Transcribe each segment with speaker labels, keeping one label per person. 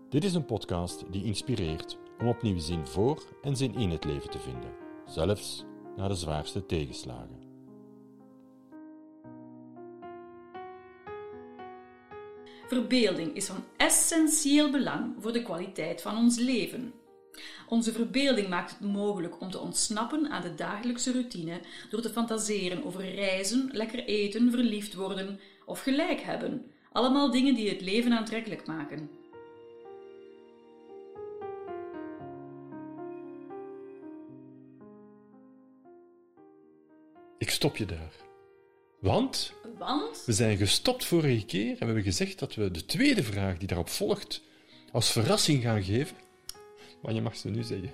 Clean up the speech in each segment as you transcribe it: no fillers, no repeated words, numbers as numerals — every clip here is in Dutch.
Speaker 1: Dit is een podcast die inspireert om opnieuw zin voor en zin in het leven te vinden, zelfs na de zwaarste tegenslagen.
Speaker 2: Verbeelding is van essentieel belang voor de kwaliteit van ons leven. Onze verbeelding maakt het mogelijk om te ontsnappen aan de dagelijkse routine door te fantaseren over reizen, lekker eten, verliefd worden of gelijk hebben. Allemaal dingen die het leven aantrekkelijk maken.
Speaker 1: Ik stop je daar. Want
Speaker 2: Want?
Speaker 1: we zijn gestopt vorige keer en we hebben gezegd dat we de tweede vraag die daarop volgt als verrassing gaan geven. Maar je mag ze nu zeggen.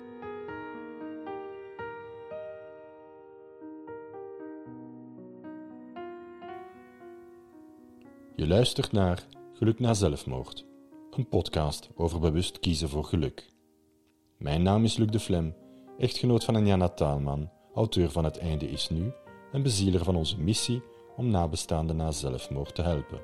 Speaker 1: Je luistert naar Geluk na zelfmoord, een podcast over bewust kiezen voor geluk. Mijn naam is Luc de Flem, echtgenoot van Anjana Taalman, auteur van Het einde is nu en bezieler van onze missie om nabestaanden na zelfmoord te helpen.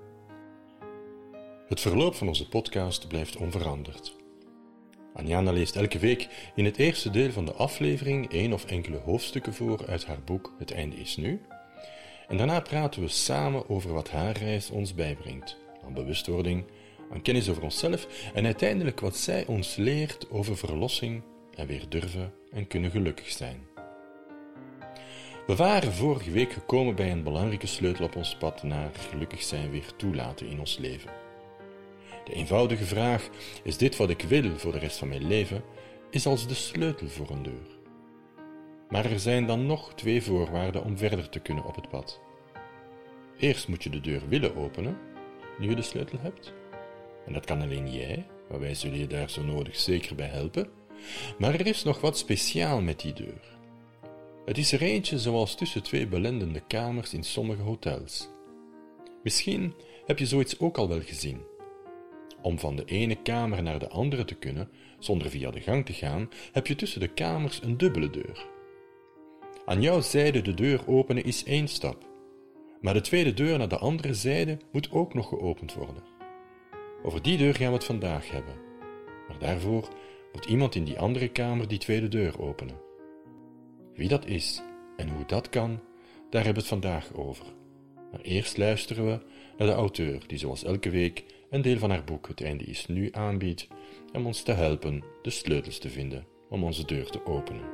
Speaker 1: Het verloop van onze podcast blijft onveranderd. Anjana leest elke week in het eerste deel van de aflevering één of enkele hoofdstukken voor uit haar boek Het einde is nu. En daarna praten we samen over wat haar reis ons bijbrengt, aan bewustwording, aan kennis over onszelf en uiteindelijk wat zij ons leert over verlossing en weer durven en kunnen gelukkig zijn. We waren vorige week gekomen bij een belangrijke sleutel op ons pad naar gelukkig zijn weer toelaten in ons leven. De eenvoudige vraag, is dit wat ik wil voor de rest van mijn leven, is als de sleutel voor een deur. Maar er zijn dan nog 2 voorwaarden om verder te kunnen op het pad. Eerst moet je de deur willen openen, nu je de sleutel hebt. En dat kan alleen jij, maar wij zullen je daar zo nodig zeker bij helpen. Maar er is nog wat speciaal met die deur. Het is er eentje zoals tussen 2 belendende kamers in sommige hotels. Misschien heb je zoiets ook al wel gezien. Om van de ene kamer naar de andere te kunnen, zonder via de gang te gaan, heb je tussen de kamers een dubbele deur. Aan jouw zijde de deur openen is 1 stap, maar de tweede deur naar de andere zijde moet ook nog geopend worden. Over die deur gaan we het vandaag hebben, maar daarvoor moet iemand in die andere kamer die tweede deur openen. Wie dat is en hoe dat kan, daar hebben we het vandaag over. Maar eerst luisteren we naar de auteur die zoals elke week een deel van haar boek Het einde is nu aanbiedt om ons te helpen de sleutels te vinden om onze deur te openen.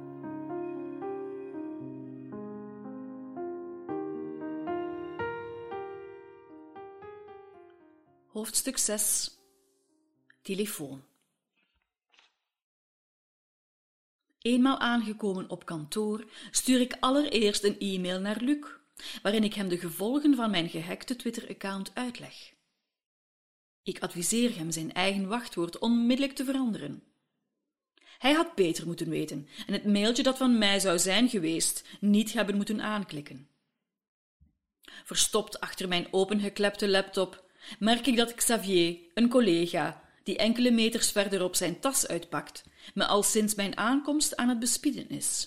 Speaker 2: Hoofdstuk 6. Telefoon. Eenmaal aangekomen op kantoor stuur ik allereerst een e-mail naar Luc, waarin ik hem de gevolgen van mijn gehackte Twitter-account uitleg. Ik adviseer hem zijn eigen wachtwoord onmiddellijk te veranderen. Hij had beter moeten weten en het mailtje dat van mij zou zijn geweest niet hebben moeten aanklikken. Verstopt achter mijn opengeklepte laptop merk ik dat Xavier, een collega, die enkele meters verderop zijn tas uitpakt, me al sinds mijn aankomst aan het bespieden is.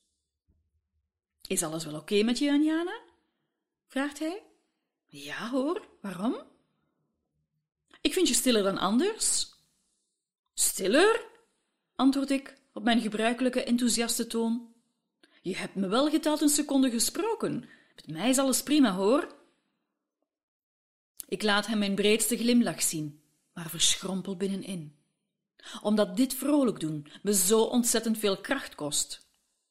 Speaker 2: Is alles wel oké met je, Anjana? Vraagt hij. Ja hoor, waarom? Ik vind je stiller dan anders. Stiller? Antwoord ik op mijn gebruikelijke enthousiaste toon. Je hebt me wel geteld een seconde gesproken. Met mij is alles prima, hoor. Ik laat hem mijn breedste glimlach zien, maar verschrompel binnenin. Omdat dit vrolijk doen me zo ontzettend veel kracht kost.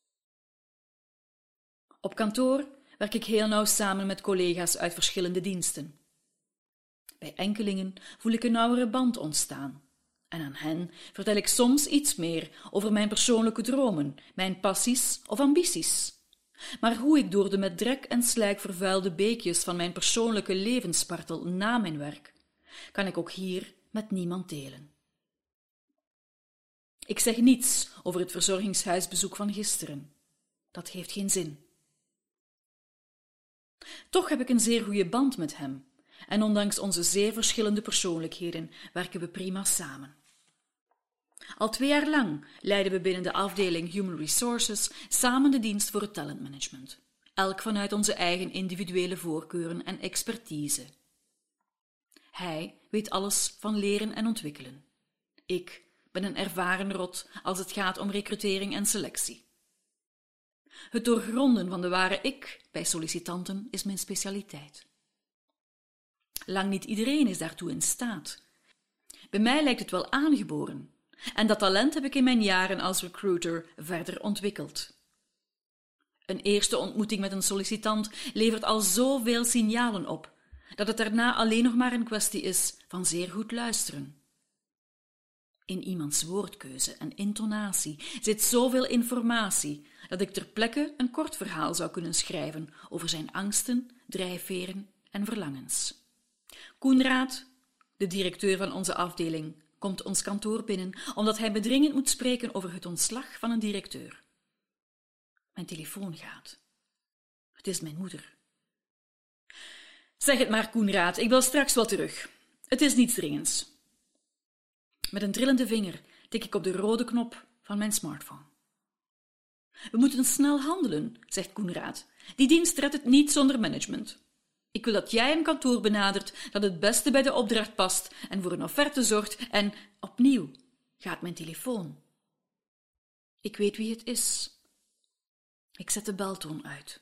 Speaker 2: Op kantoor werk ik heel nauw samen met collega's uit verschillende diensten. Bij enkelingen voel ik een nauwere band ontstaan. En aan hen vertel ik soms iets meer over mijn persoonlijke dromen, mijn passies of ambities. Maar hoe ik door de met drek en slijk vervuilde beekjes van mijn persoonlijke leven spartel na mijn werk, kan ik ook hier met niemand delen. Ik zeg niets over het verzorgingshuisbezoek van gisteren. Dat heeft geen zin. Toch heb ik een zeer goede band met hem, en ondanks onze zeer verschillende persoonlijkheden werken we prima samen. Al 2 jaar lang leiden we binnen de afdeling Human Resources samen de dienst voor het talentmanagement, elk vanuit onze eigen individuele voorkeuren en expertise. Hij weet alles van leren en ontwikkelen. Ik ben een ervaren rot als het gaat om recrutering en selectie. Het doorgronden van de ware ik bij sollicitanten is mijn specialiteit. Lang niet iedereen is daartoe in staat. Bij mij lijkt het wel aangeboren. En dat talent heb ik in mijn jaren als recruiter verder ontwikkeld. Een eerste ontmoeting met een sollicitant levert al zoveel signalen op, dat het daarna alleen nog maar een kwestie is van zeer goed luisteren. In iemands woordkeuze en intonatie zit zoveel informatie, dat ik ter plekke een kort verhaal zou kunnen schrijven over zijn angsten, drijfveren en verlangens. Koenraad, de directeur van onze afdeling, komt ons kantoor binnen omdat hij bedringend moet spreken over het ontslag van een directeur. Mijn telefoon gaat. Het is mijn moeder. Zeg het maar, Koenraad, ik bel straks wel terug. Het is niets dringends. Met een trillende vinger tik ik op de rode knop van mijn smartphone. We moeten snel handelen, zegt Koenraad. Die dienst redt het niet zonder management. Ik wil dat jij een kantoor benadert dat het beste bij de opdracht past en voor een offerte zorgt en, opnieuw, gaat mijn telefoon. Ik weet wie het is. Ik zet de beltoon uit.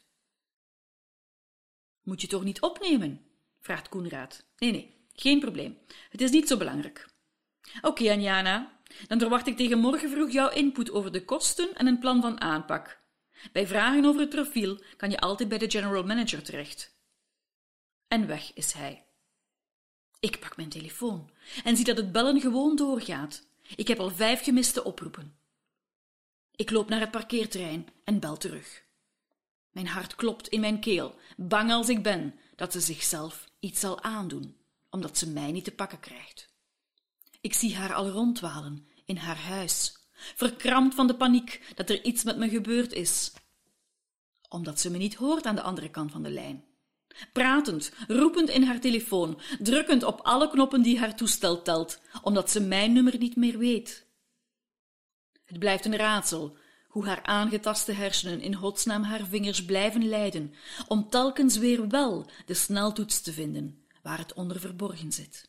Speaker 2: Moet je toch niet opnemen? Vraagt Koenraad. Nee, geen probleem. Het is niet zo belangrijk. Oké, Anjana, dan verwacht ik tegen morgen vroeg jouw input over de kosten en een plan van aanpak. Bij vragen over het profiel kan je altijd bij de general manager terecht. En weg is hij. Ik pak mijn telefoon en zie dat het bellen gewoon doorgaat. Ik heb al 5 gemiste oproepen. Ik loop naar het parkeerterrein en bel terug. Mijn hart klopt in mijn keel, bang als ik ben dat ze zichzelf iets zal aandoen, omdat ze mij niet te pakken krijgt. Ik zie haar al ronddwalen in haar huis, verkrampt van de paniek dat er iets met me gebeurd is. Omdat ze me niet hoort aan de andere kant van de lijn. Pratend, roepend in haar telefoon, drukkend op alle knoppen die haar toestel telt, omdat ze mijn nummer niet meer weet. Het blijft een raadsel hoe haar aangetaste hersenen in godsnaam haar vingers blijven leiden, om telkens weer wel de sneltoets te vinden waar het onder verborgen zit.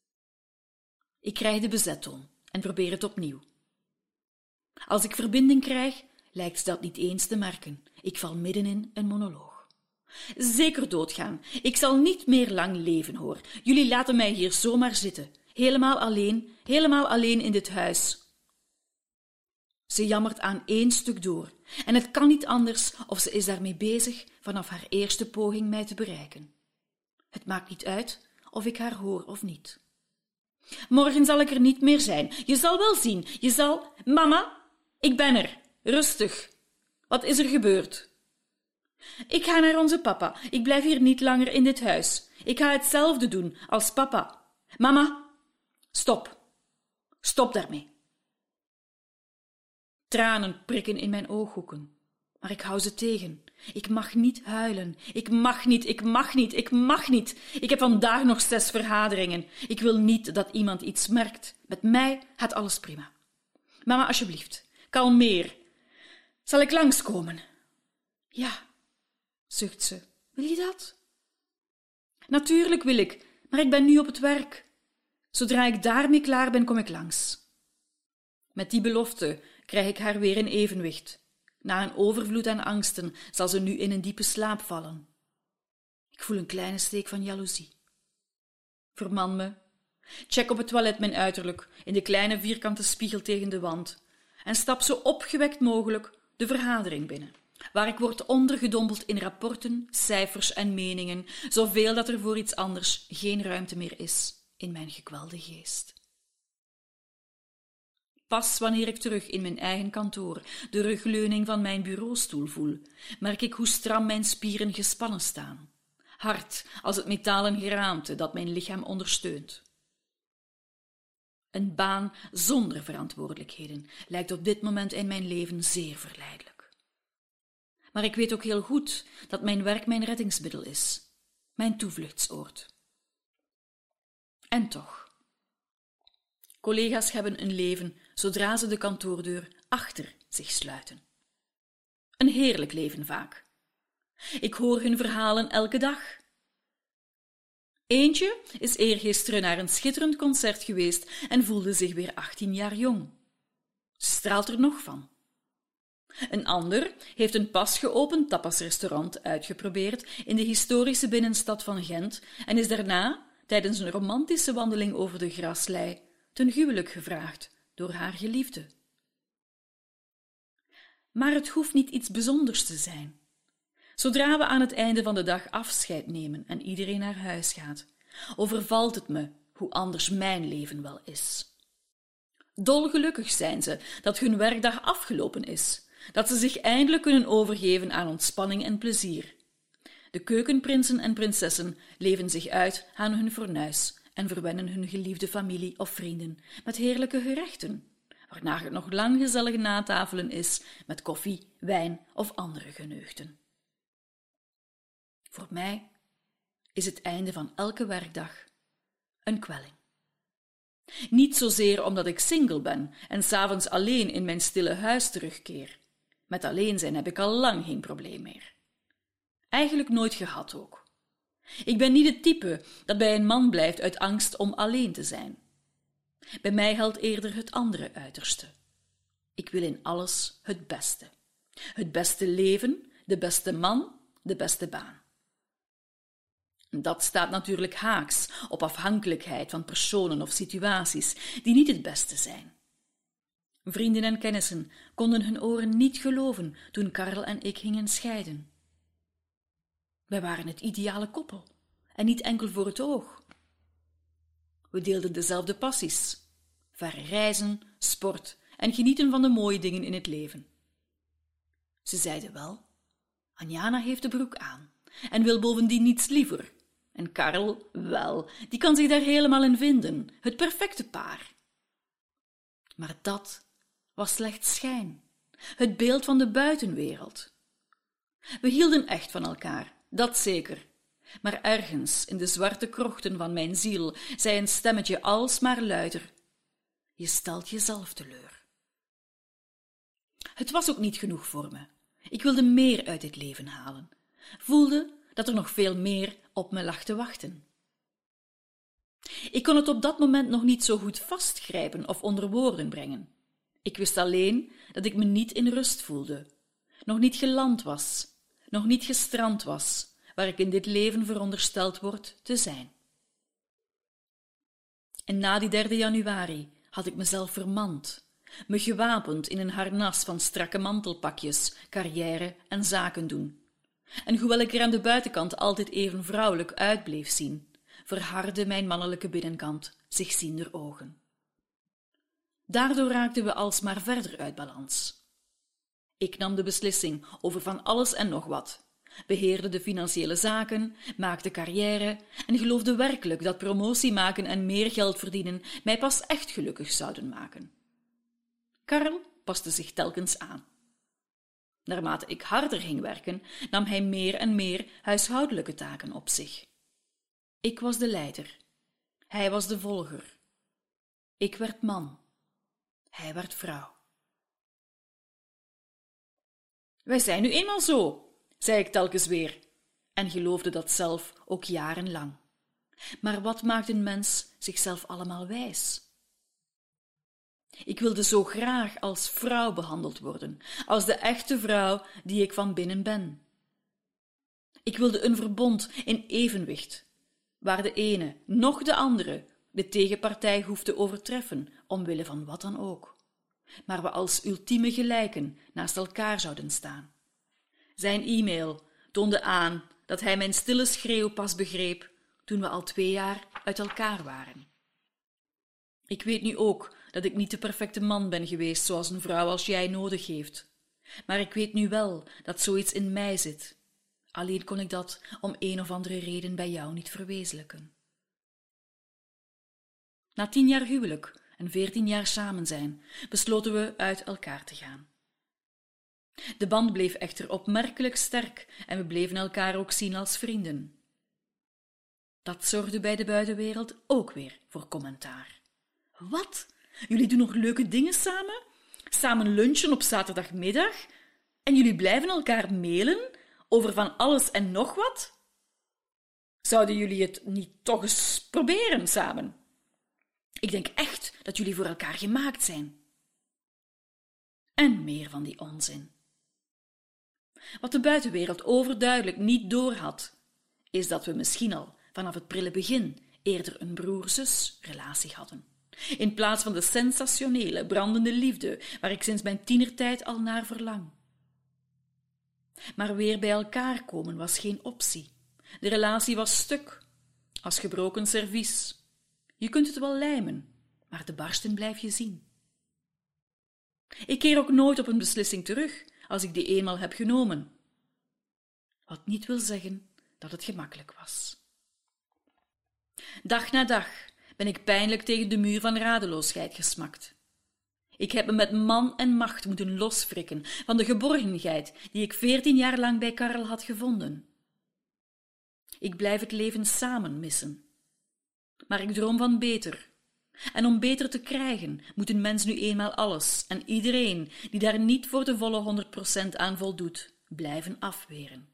Speaker 2: Ik krijg de bezettoon en probeer het opnieuw. Als ik verbinding krijg, lijkt ze dat niet eens te merken. Ik val midden in een monoloog. Zeker doodgaan. Ik zal niet meer lang leven, hoor. Jullie laten mij hier zomaar zitten. Helemaal alleen in dit huis. Ze jammert aan 1 stuk door. En het kan niet anders of ze is daarmee bezig vanaf haar eerste poging mij te bereiken. Het maakt niet uit of ik haar hoor of niet. Morgen zal ik er niet meer zijn. Je zal wel zien. Je zal... Mama, ik ben er. Rustig. Wat is er gebeurd? Ik ga naar onze papa. Ik blijf hier niet langer in dit huis. Ik ga hetzelfde doen als papa. Mama, stop. Stop daarmee. Tranen prikken in mijn ooghoeken. Maar ik hou ze tegen. Ik mag niet huilen. Ik mag niet. Ik heb vandaag nog 6 vergaderingen. Ik wil niet dat iemand iets merkt. Met mij gaat alles prima. Mama, alsjeblieft, kalmeer. Zal ik langskomen? Ja, zucht ze. Wil je dat? Natuurlijk wil ik, maar ik ben nu op het werk. Zodra ik daarmee klaar ben, kom ik langs. Met die belofte krijg ik haar weer in evenwicht. Na een overvloed aan angsten zal ze nu in een diepe slaap vallen. Ik voel een kleine steek van jaloezie. Verman me. Check op het toilet mijn uiterlijk in de kleine vierkante spiegel tegen de wand en stap zo opgewekt mogelijk de vergadering binnen, waar ik word ondergedompeld in rapporten, cijfers en meningen, zoveel dat er voor iets anders geen ruimte meer is in mijn gekwelde geest. Pas wanneer ik terug in mijn eigen kantoor de rugleuning van mijn bureaustoel voel, merk ik hoe stram mijn spieren gespannen staan, hard als het metalen geraamte dat mijn lichaam ondersteunt. Een baan zonder verantwoordelijkheden lijkt op dit moment in mijn leven zeer verleidelijk. Maar ik weet ook heel goed dat mijn werk mijn reddingsmiddel is, mijn toevluchtsoord. En toch. Collega's hebben een leven zodra ze de kantoordeur achter zich sluiten. Een heerlijk leven vaak. Ik hoor hun verhalen elke dag. Eentje is eergisteren naar een schitterend concert geweest en voelde zich weer 18 jaar jong. Ze straalt er nog van. Een ander heeft een pas geopend tapasrestaurant uitgeprobeerd in de historische binnenstad van Gent en is daarna, tijdens een romantische wandeling over de graslei, ten huwelijk gevraagd door haar geliefde. Maar het hoeft niet iets bijzonders te zijn. Zodra we aan het einde van de dag afscheid nemen en iedereen naar huis gaat, overvalt het me hoe anders mijn leven wel is. Dolgelukkig zijn ze dat hun werkdag afgelopen is, dat ze zich eindelijk kunnen overgeven aan ontspanning en plezier. De keukenprinsen en prinsessen leven zich uit aan hun fornuis en verwennen hun geliefde familie of vrienden met heerlijke gerechten, waarna het nog lang gezellig natafelen is met koffie, wijn of andere geneugten. Voor mij is het einde van elke werkdag een kwelling. Niet zozeer omdat ik single ben en 's avonds alleen in mijn stille huis terugkeer. Met alleen zijn heb ik al lang geen probleem meer. Eigenlijk nooit gehad ook. Ik ben niet het type dat bij een man blijft uit angst om alleen te zijn. Bij mij geldt eerder het andere uiterste. Ik wil in alles het beste. Het beste leven, de beste man, de beste baan. Dat staat natuurlijk haaks op afhankelijkheid van personen of situaties die niet het beste zijn. Vrienden en kennissen konden hun oren niet geloven toen Karel en ik gingen scheiden. Wij waren het ideale koppel, en niet enkel voor het oog. We deelden dezelfde passies: verre reizen, sport en genieten van de mooie dingen in het leven. Ze zeiden wel: Anjana heeft de broek aan en wil bovendien niets liever. En Karel, wel, die kan zich daar helemaal in vinden, het perfecte paar. Maar dat was slechts schijn, het beeld van de buitenwereld. We hielden echt van elkaar, dat zeker. Maar ergens in de zwarte krochten van mijn ziel zei een stemmetje alsmaar luider: je stelt jezelf teleur. Het was ook niet genoeg voor me. Ik wilde meer uit dit leven halen. Voelde dat er nog veel meer op me lag te wachten. Ik kon het op dat moment nog niet zo goed vastgrijpen of onder woorden brengen. Ik wist alleen dat ik me niet in rust voelde, nog niet geland was, nog niet gestrand was, waar ik in dit leven verondersteld word te zijn. En na die 3 januari had ik mezelf vermand, me gewapend in een harnas van strakke mantelpakjes, carrière en zaken doen. En hoewel ik er aan de buitenkant altijd even vrouwelijk uit bleef zien, verhardde mijn mannelijke binnenkant zich ziender ogen. Daardoor raakten we alsmaar verder uit balans. Ik nam de beslissing over van alles en nog wat, beheerde de financiële zaken, maakte carrière en geloofde werkelijk dat promotie maken en meer geld verdienen mij pas echt gelukkig zouden maken. Karel paste zich telkens aan. Naarmate ik harder ging werken, nam hij meer en meer huishoudelijke taken op zich. Ik was de leider. Hij was de volger. Ik werd man. Hij werd vrouw. Wij zijn nu eenmaal zo, zei ik telkens weer, en geloofde dat zelf ook jarenlang. Maar wat maakt een mens zichzelf allemaal wijs? Ik wilde zo graag als vrouw behandeld worden, als de echte vrouw die ik van binnen ben. Ik wilde een verbond in evenwicht, waar de ene, noch de andere, de tegenpartij hoeft te overtreffen, omwille van wat dan ook, maar we als ultieme gelijken naast elkaar zouden staan. Zijn e-mail toonde aan dat hij mijn stille schreeuw pas begreep toen we al 2 jaar uit elkaar waren. Ik weet nu ook dat ik niet de perfecte man ben geweest zoals een vrouw als jij nodig heeft, maar ik weet nu wel dat zoiets in mij zit. Alleen kon ik dat om een of andere reden bij jou niet verwezenlijken. Na 10 jaar huwelijk en 14 jaar samen zijn, besloten we uit elkaar te gaan. De band bleef echter opmerkelijk sterk en we bleven elkaar ook zien als vrienden. Dat zorgde bij de buitenwereld ook weer voor commentaar. Wat? Jullie doen nog leuke dingen samen? Samen lunchen op zaterdagmiddag? En jullie blijven elkaar mailen over van alles en nog wat? Zouden jullie het niet toch eens proberen samen? Ik denk echt dat jullie voor elkaar gemaakt zijn. En meer van die onzin. Wat de buitenwereld overduidelijk niet doorhad, is dat we misschien al vanaf het prille begin eerder een broer-zus relatie hadden, in plaats van de sensationele, brandende liefde waar ik sinds mijn tienertijd al naar verlang. Maar weer bij elkaar komen was geen optie. De relatie was stuk, als gebroken servies. Je kunt het wel lijmen, maar de barsten blijf je zien. Ik keer ook nooit op een beslissing terug als ik die eenmaal heb genomen. Wat niet wil zeggen dat het gemakkelijk was. Dag na dag ben ik pijnlijk tegen de muur van radeloosheid gesmakt. Ik heb me met man en macht moeten loswrikken van de geborgenheid die ik 14 jaar lang bij Karel had gevonden. Ik blijf het leven samen missen. Maar ik droom van beter. En om beter te krijgen, moet een mens nu eenmaal alles en iedereen die daar niet voor de volle 100% aan voldoet, blijven afweren.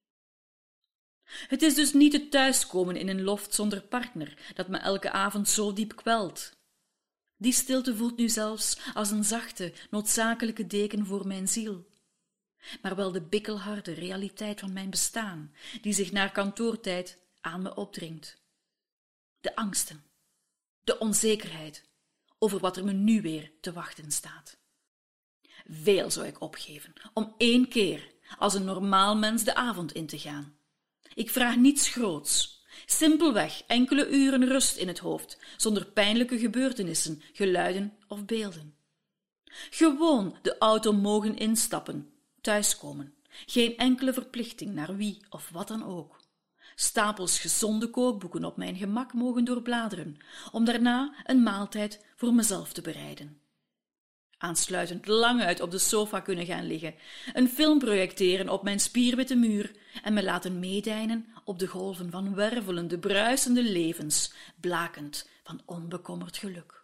Speaker 2: Het is dus niet het thuiskomen in een loft zonder partner dat me elke avond zo diep kwelt. Die stilte voelt nu zelfs als een zachte, noodzakelijke deken voor mijn ziel. Maar wel de bikkelharde realiteit van mijn bestaan, die zich naar kantoortijd aan me opdringt. De angsten, de onzekerheid over wat er me nu weer te wachten staat. Veel zou ik opgeven om 1 keer als een normaal mens de avond in te gaan. Ik vraag niets groots, simpelweg enkele uren rust in het hoofd, zonder pijnlijke gebeurtenissen, geluiden of beelden. Gewoon de auto mogen instappen, thuiskomen, geen enkele verplichting naar wie of wat dan ook. Stapels gezonde kookboeken op mijn gemak mogen doorbladeren, om daarna een maaltijd voor mezelf te bereiden. Aansluitend lang uit op de sofa kunnen gaan liggen, een film projecteren op mijn spierwitte muur en me laten meedijnen op de golven van wervelende, bruisende levens, blakend van onbekommerd geluk.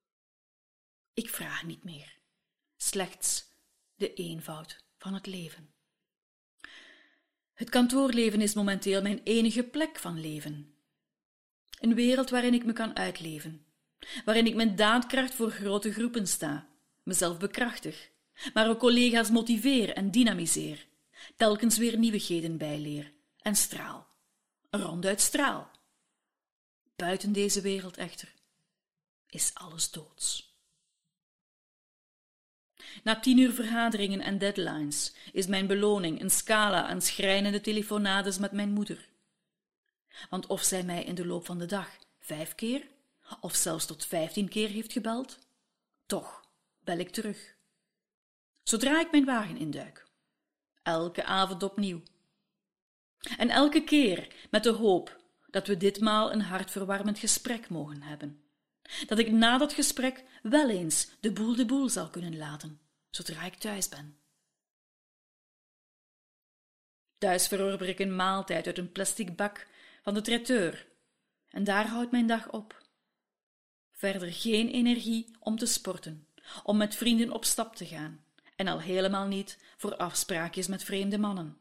Speaker 2: Ik vraag niet meer, slechts de eenvoud van het leven. Het kantoorleven is momenteel mijn enige plek van leven. Een wereld waarin ik me kan uitleven, waarin ik met daadkracht voor grote groepen sta, mezelf bekrachtig, maar ook collega's motiveer en dynamiseer, telkens weer nieuwigheden bijleer en straal, ronduit straal. Buiten deze wereld echter is alles doods. Na 10 uur vergaderingen en deadlines is mijn beloning een scala aan schrijnende telefonades met mijn moeder. Want of zij mij in de loop van de dag 5 keer, of zelfs tot 15 keer heeft gebeld, toch bel ik terug. Zodra ik mijn wagen induik. Elke avond opnieuw. En elke keer met de hoop dat we ditmaal een hartverwarmend gesprek mogen hebben. Dat ik na dat gesprek wel eens de boel zal kunnen laten, zodra ik thuis ben. Thuis verorbер ik een maaltijd uit een plastic bak van de traiteur, en daar houdt mijn dag op. Verder geen energie om te sporten, om met vrienden op stap te gaan, en al helemaal niet voor afspraakjes met vreemde mannen.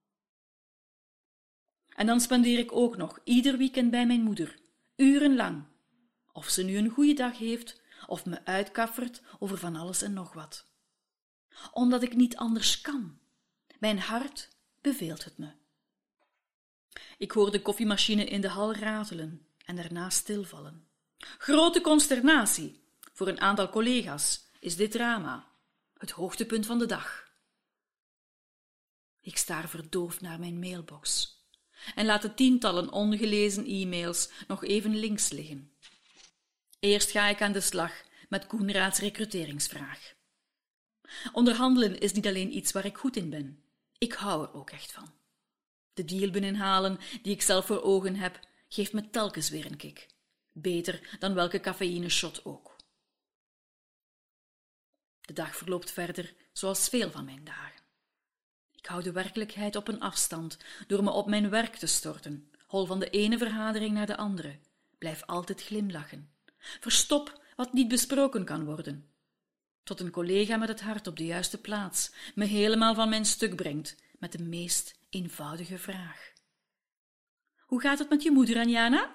Speaker 2: En dan spendeer ik ook nog ieder weekend bij mijn moeder, urenlang, of ze nu een goede dag heeft of me uitkaffert over van alles en nog wat. Omdat ik niet anders kan. Mijn hart beveelt het me. Ik hoor de koffiemachine in de hal ratelen en daarna stilvallen. Grote consternatie. Voor een aantal collega's is dit drama het hoogtepunt van de dag. Ik staar verdoofd naar mijn mailbox en laat de tientallen ongelezen e-mails nog even links liggen. Eerst ga ik aan de slag met Koenraads recruteringsvraag. Onderhandelen is niet alleen iets waar ik goed in ben. Ik hou er ook echt van. De deal binnenhalen die ik zelf voor ogen heb, geeft me telkens weer een kick. Beter dan welke cafeïne-shot ook. De dag verloopt verder zoals veel van mijn dagen. Ik hou de werkelijkheid op een afstand door me op mijn werk te storten, hol van de ene vergadering naar de andere, blijf altijd glimlachen. Verstop wat niet besproken kan worden. Tot een collega met het hart op de juiste plaats me helemaal van mijn stuk brengt met de meest eenvoudige vraag. Hoe gaat het met je moeder, Anjana?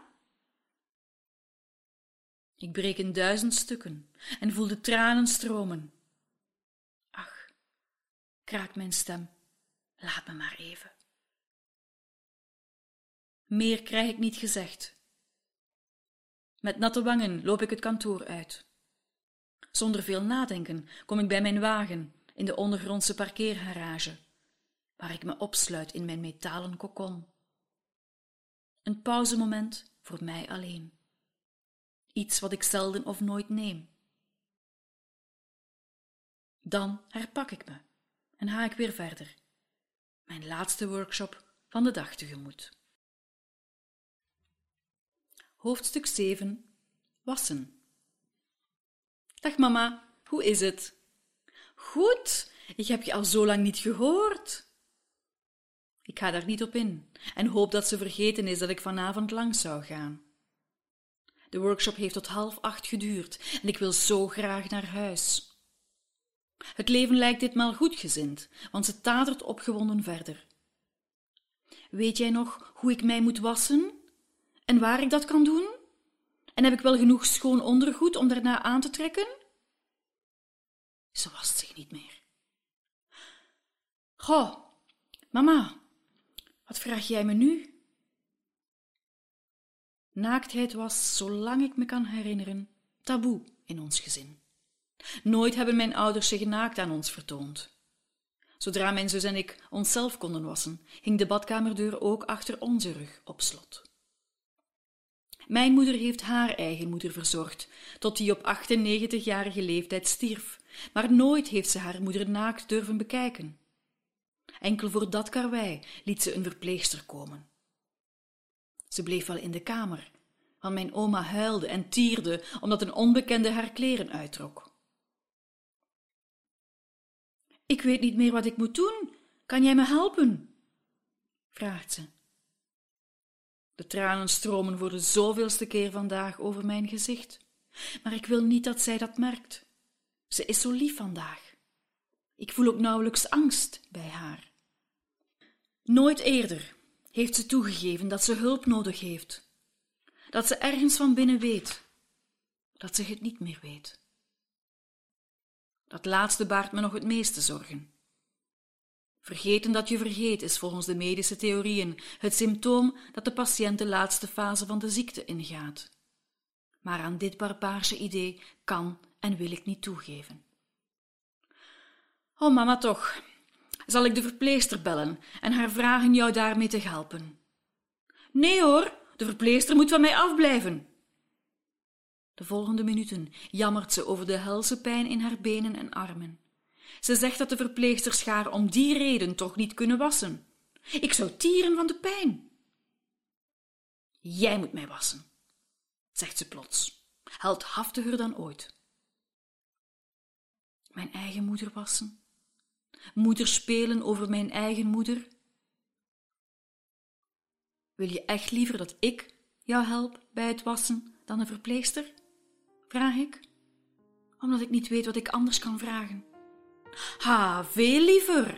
Speaker 2: Ik breek in 1000 stukken en voel de tranen stromen. Ach, kraakt mijn stem. Laat me maar even. Meer krijg ik niet gezegd. Met natte wangen loop ik het kantoor uit. Zonder veel nadenken kom ik bij mijn wagen in de ondergrondse parkeergarage, waar ik me opsluit in mijn metalen kokon. Een pauzemoment voor mij alleen. Iets wat ik zelden of nooit neem. Dan herpak ik me en ga ik weer verder. Mijn laatste workshop van de dag tegemoet. Hoofdstuk 7. Wassen. Dag mama, hoe is het? Goed, ik heb je al zo lang niet gehoord. Ik ga daar niet op in en hoop dat ze vergeten is dat ik vanavond langs zou gaan. De workshop heeft tot 7:30 geduurd en ik wil zo graag naar huis. Het leven lijkt ditmaal goedgezind, want ze tatert opgewonden verder. Weet jij nog hoe ik mij moet wassen? En waar ik dat kan doen? En heb ik wel genoeg schoon ondergoed om daarna aan te trekken? Ze wast zich niet meer. Goh, mama, wat vraag jij me nu? Naaktheid was, zolang ik me kan herinneren, taboe in ons gezin. Nooit hebben mijn ouders zich naakt aan ons vertoond. Zodra mijn zus en ik onszelf konden wassen, hing de badkamerdeur ook achter onze rug op slot. Mijn moeder heeft haar eigen moeder verzorgd, tot die op 98-jarige leeftijd stierf, maar nooit heeft ze haar moeder naakt durven bekijken. Enkel voor dat karwei liet ze een verpleegster komen. Ze bleef wel in de kamer, want mijn oma huilde en tierde omdat een onbekende haar kleren uittrok. Ik weet niet meer wat ik moet doen. Kan jij me helpen? Vraagt ze. De tranen stromen voor de zoveelste keer vandaag over mijn gezicht, maar ik wil niet dat zij dat merkt. Ze is zo lief vandaag. Ik voel ook nauwelijks angst bij haar. Nooit eerder heeft ze toegegeven dat ze hulp nodig heeft, dat ze ergens van binnen weet, dat ze het niet meer weet. Dat laatste baart me nog het meeste zorgen. Vergeten dat je vergeet is volgens de medische theorieën het symptoom dat de patiënt de laatste fase van de ziekte ingaat. Maar aan dit barbaarse idee kan en wil ik niet toegeven. Oh, mama toch, zal ik de verpleegster bellen en haar vragen jou daarmee te helpen? Nee hoor, de verpleegster moet van mij afblijven. De volgende minuten jammert ze over de helse pijn in haar benen en armen. Ze zegt dat de verpleegsters haar om die reden toch niet kunnen wassen. Ik zou tieren van de pijn. Jij moet mij wassen, zegt ze plots, heldhaftiger dan ooit. Mijn eigen moeder wassen? Moeder spelen over mijn eigen moeder? Wil je echt liever dat ik jou help bij het wassen dan een verpleegster? Vraag ik, omdat ik niet weet wat ik anders kan vragen. Ha, veel liever.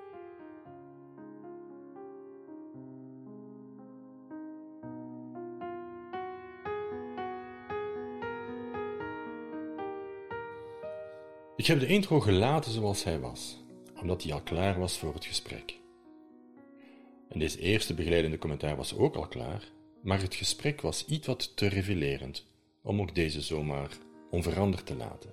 Speaker 1: Ik heb de intro gelaten zoals hij was, omdat hij al klaar was voor het gesprek. En deze eerste begeleidende commentaar was ook al klaar, maar het gesprek was iets wat te revelerend om ook deze zomaar onveranderd te laten.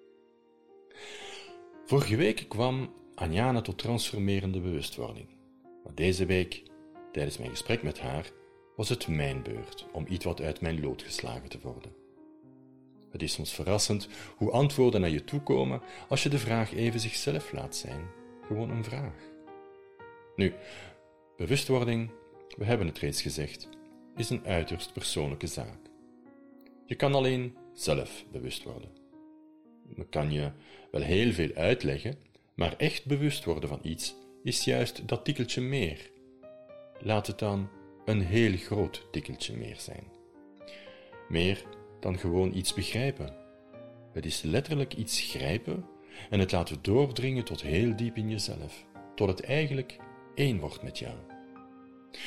Speaker 1: Vorige week kwam Anjana tot transformerende bewustwording, maar deze week, tijdens mijn gesprek met haar, was het mijn beurt om iets wat uit mijn lood geslagen te worden. Het is soms verrassend hoe antwoorden naar je toe komen als je de vraag even zichzelf laat zijn, gewoon een vraag. Nu, bewustwording, we hebben het reeds gezegd, is een uiterst persoonlijke zaak. Je kan alleen zelf bewust worden. Men kan je wel heel veel uitleggen, maar echt bewust worden van iets is juist dat tikkeltje meer. Laat het dan een heel groot tikkeltje meer zijn. Meer dan gewoon iets begrijpen. Het is letterlijk iets grijpen en het laten doordringen tot heel diep in jezelf, tot het eigenlijk één wordt met jou.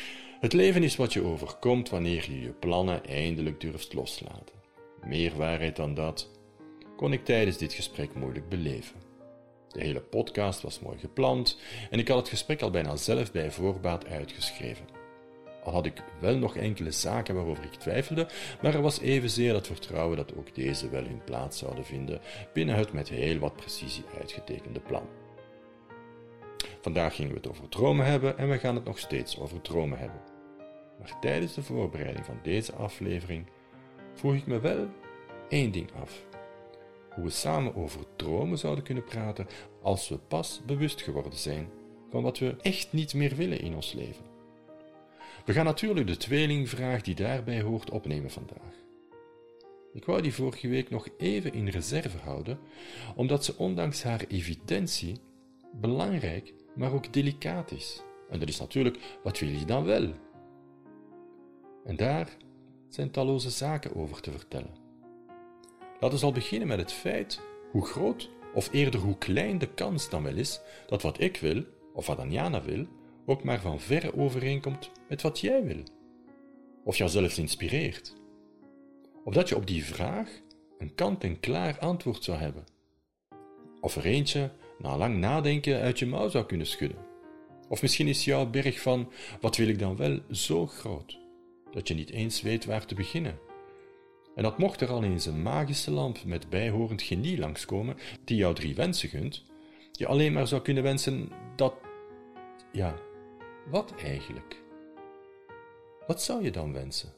Speaker 1: Het leven is wat je overkomt wanneer je je plannen eindelijk durft loslaten. Meer waarheid dan dat kon ik tijdens dit gesprek moeilijk beleven. De hele podcast was mooi gepland en ik had het gesprek al bijna zelf bij voorbaat uitgeschreven. Al had ik wel nog enkele zaken waarover ik twijfelde, maar er was evenzeer dat vertrouwen dat ook deze wel hun plaats zouden vinden binnen het met heel wat precisie uitgetekende plan. Vandaag gingen we het over dromen hebben en we gaan het nog steeds over dromen hebben. Maar tijdens de voorbereiding van deze aflevering vroeg ik me wel één ding af. Hoe we samen over dromen zouden kunnen praten als we pas bewust geworden zijn van wat we echt niet meer willen in ons leven. We gaan natuurlijk de tweelingvraag die daarbij hoort opnemen vandaag. Ik wou die vorige week nog even in reserve houden, omdat ze ondanks haar evidentie belangrijk, maar ook delicaat is. En dat is natuurlijk, wat wil je dan wel? En daar zijn talloze zaken over te vertellen. Laten we al beginnen met het feit hoe groot, of eerder hoe klein de kans dan wel is dat wat ik wil, of wat Anjana wil, ook maar van verre overeenkomt met wat jij wil. Of jou zelfs inspireert. Of dat je op die vraag een kant-en-klaar antwoord zou hebben. Of er eentje na lang nadenken uit je mouw zou kunnen schudden. Of misschien is jouw berg van wat wil ik dan wel zo groot, dat je niet eens weet waar te beginnen. En dat mocht er al eens een magische lamp met bijhorend genie langskomen die jou 3 wensen gunt, je alleen maar zou kunnen wensen dat... Ja, wat eigenlijk? Wat zou je dan wensen?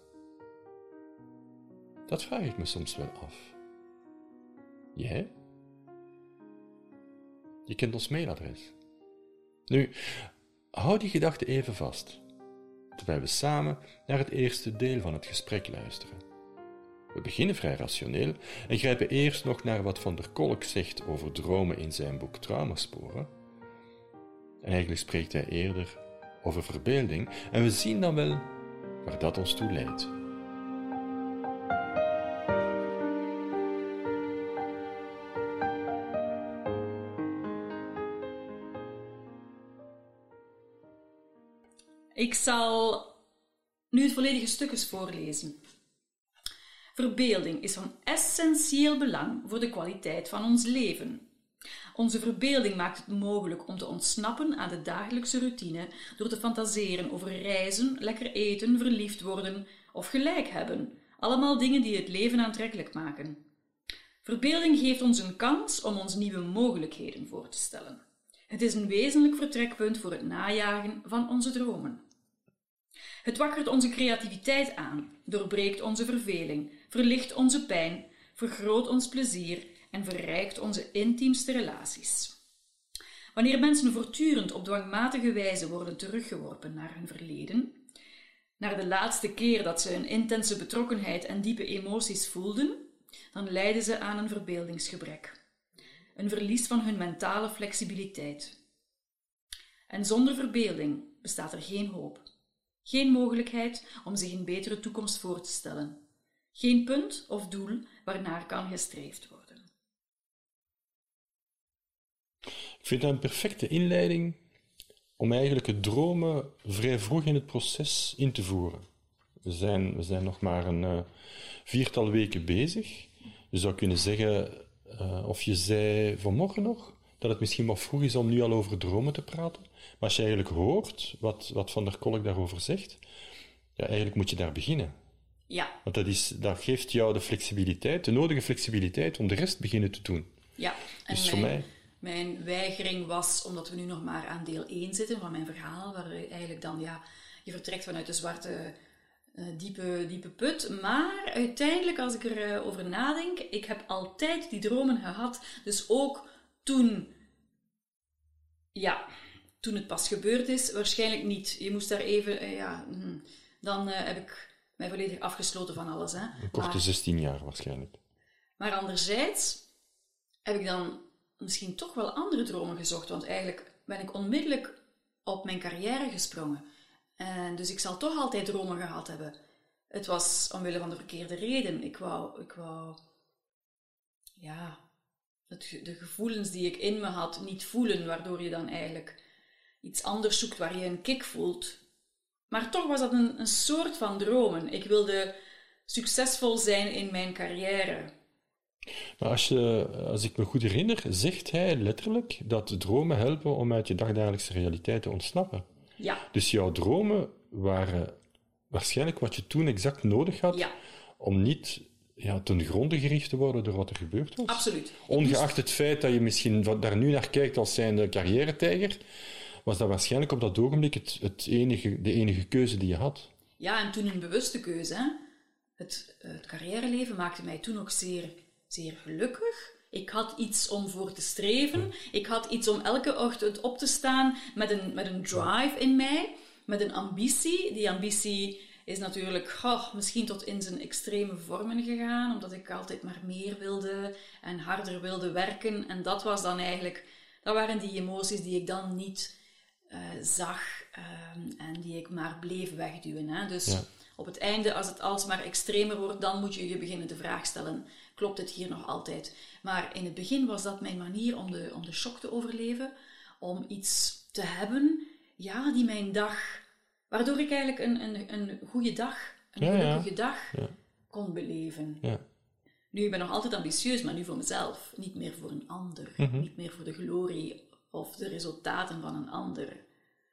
Speaker 1: Dat vraag ik me soms wel af. Jij? Je kent ons mailadres. Nu, hou die gedachte even vast, terwijl we samen naar het eerste deel van het gesprek luisteren. We beginnen vrij rationeel en grijpen eerst nog naar wat Van der Kolk zegt over dromen in zijn boek Traumasporen. En eigenlijk spreekt hij eerder over verbeelding en we zien dan wel waar dat ons toe leidt.
Speaker 2: Ik zal nu het volledige stuk eens voorlezen. Verbeelding is van essentieel belang voor de kwaliteit van ons leven. Onze verbeelding maakt het mogelijk om te ontsnappen aan de dagelijkse routine door te fantaseren over reizen, lekker eten, verliefd worden of gelijk hebben. Allemaal dingen die het leven aantrekkelijk maken. Verbeelding geeft ons een kans om ons nieuwe mogelijkheden voor te stellen. Het is een wezenlijk vertrekpunt voor het najagen van onze dromen. Het wakkert onze creativiteit aan, doorbreekt onze verveling, verlicht onze pijn, vergroot ons plezier en verrijkt onze intiemste relaties. Wanneer mensen voortdurend op dwangmatige wijze worden teruggeworpen naar hun verleden, naar de laatste keer dat ze een intense betrokkenheid en diepe emoties voelden, dan lijden ze aan een verbeeldingsgebrek, een verlies van hun mentale flexibiliteit. En zonder verbeelding bestaat er geen hoop, geen mogelijkheid om zich een betere toekomst voor te stellen, geen punt of doel waarnaar kan gestreefd worden.
Speaker 1: Ik vind dat een perfecte inleiding om eigenlijk het dromen vrij vroeg in het proces in te voeren. We zijn nog maar een 4-tal weken bezig. Je zou kunnen zeggen, of je zei vanmorgen nog, dat het misschien wat vroeg is om nu al over dromen te praten. Maar als je eigenlijk hoort wat Van der Kolk daarover zegt, ja, eigenlijk moet je daar beginnen.
Speaker 2: Ja.
Speaker 1: Want dat geeft jou de flexibiliteit, de nodige flexibiliteit om de rest beginnen te doen.
Speaker 2: Ja, en
Speaker 1: dus voor mij...
Speaker 2: Mijn weigering was, omdat we nu nog maar aan deel 1 zitten van mijn verhaal, waar eigenlijk dan, je vertrekt vanuit de zwarte, diepe put. Maar uiteindelijk, als ik erover nadenk, ik heb altijd die dromen gehad. Dus ook toen het pas gebeurd is, waarschijnlijk niet. Je moest daar even, dan heb ik mij volledig afgesloten van alles. Hè.
Speaker 1: Een korte 16 jaar waarschijnlijk.
Speaker 2: Maar anderzijds heb ik dan misschien toch wel andere dromen gezocht, want eigenlijk ben ik onmiddellijk op mijn carrière gesprongen. En dus ik zal toch altijd dromen gehad hebben. Het was omwille van de verkeerde reden. Ik wou de gevoelens die ik in me had niet voelen, waardoor je dan eigenlijk iets anders zoekt waar je een kick voelt. Maar toch was dat een soort van dromen. Ik wilde succesvol zijn in mijn carrière.
Speaker 1: Maar als ik me goed herinner, zegt hij letterlijk dat dromen helpen om uit je dagdagelijkse realiteit te ontsnappen.
Speaker 2: Ja.
Speaker 1: Dus jouw dromen waren waarschijnlijk wat je toen exact nodig had om niet ten gronde gericht te worden door wat er gebeurd was.
Speaker 2: Absoluut.
Speaker 1: Ongeacht het feit dat je misschien daar nu naar kijkt als zijnde carrière-tijger, was dat waarschijnlijk op dat ogenblik de enige keuze die je had.
Speaker 2: Ja, en toen een bewuste keuze. Hè? Het carrièreleven maakte mij toen ook zeer, zeer gelukkig. Ik had iets om voor te streven. Ik had iets om elke ochtend op te staan met een drive in mij, met een ambitie. Die ambitie is natuurlijk misschien tot in zijn extreme vormen gegaan, omdat ik altijd maar meer wilde en harder wilde werken. En dat waren die emoties die ik dan niet zag en die ik maar bleef wegduwen. Hè? Dus op het einde, als het alsmaar extremer wordt, dan moet je je beginnen de vraag stellen, klopt het hier nog altijd? Maar in het begin was dat mijn manier om de shock te overleven, om iets te hebben, die mijn dag, waardoor ik eigenlijk een goede dag, een gelukkige dag kon beleven.
Speaker 1: Ja.
Speaker 2: Nu, ik ben nog altijd ambitieus, maar nu voor mezelf, niet meer voor een ander, niet meer voor de glorie of de resultaten van een ander.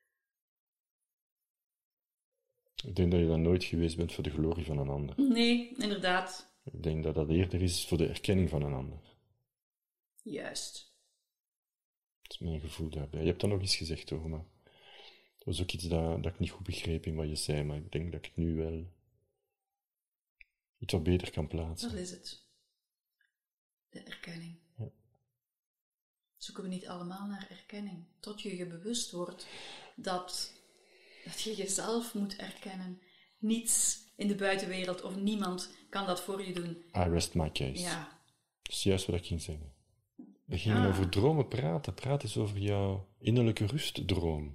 Speaker 1: Ik denk dat je dat nooit geweest bent voor de glorie van een ander.
Speaker 2: Nee, inderdaad.
Speaker 1: Ik denk dat dat eerder is voor de erkenning van een ander.
Speaker 2: Juist.
Speaker 1: Dat is mijn gevoel daarbij. Je hebt dat nog eens gezegd, hoor, maar dat was ook iets dat ik niet goed begreep in wat je zei, maar ik denk dat ik het nu wel iets wat beter kan plaatsen.
Speaker 2: Dat is het. De erkenning.
Speaker 1: Ja.
Speaker 2: Zoeken we niet allemaal naar erkenning? Tot je bewust wordt dat je jezelf moet erkennen. Niets in de buitenwereld of niemand kan dat voor je doen.
Speaker 1: I rest my case.
Speaker 2: Ja.
Speaker 1: Dat is juist wat ik ging zeggen. We gingen over dromen praten. Praat eens over jouw innerlijke rustdroom.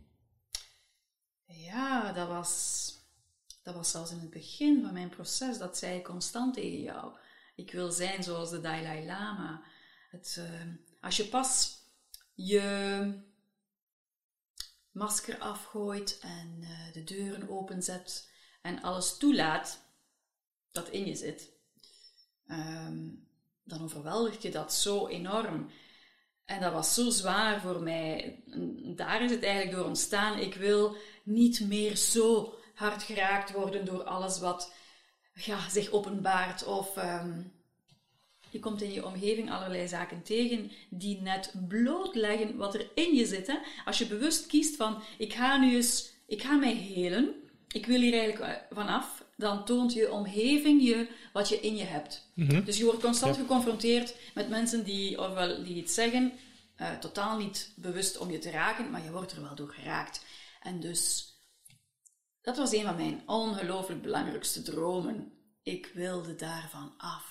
Speaker 2: Ja, dat was zelfs in het begin van mijn proces. Dat zei ik constant tegen jou. Ik wil zijn zoals de Dalai Lama. Als je pas je masker afgooit en de deuren openzet en alles toelaat dat in je zit, dan overweldigt je dat zo enorm. En dat was zo zwaar voor mij. Daar is het eigenlijk door ontstaan. Ik wil niet meer zo hard geraakt worden door alles wat zich openbaart. Of je komt in je omgeving allerlei zaken tegen die net blootleggen wat er in je zit. Hè? Als je bewust kiest van, ik ga mij helen, ik wil hier eigenlijk vanaf, dan toont je omgeving je wat je in je hebt. Mm-hmm. Dus je wordt constant geconfronteerd met mensen die iets zeggen, totaal niet bewust om je te raken, maar je wordt er wel door geraakt. En dus, dat was een van mijn ongelooflijk belangrijkste dromen. Ik wilde daarvan af.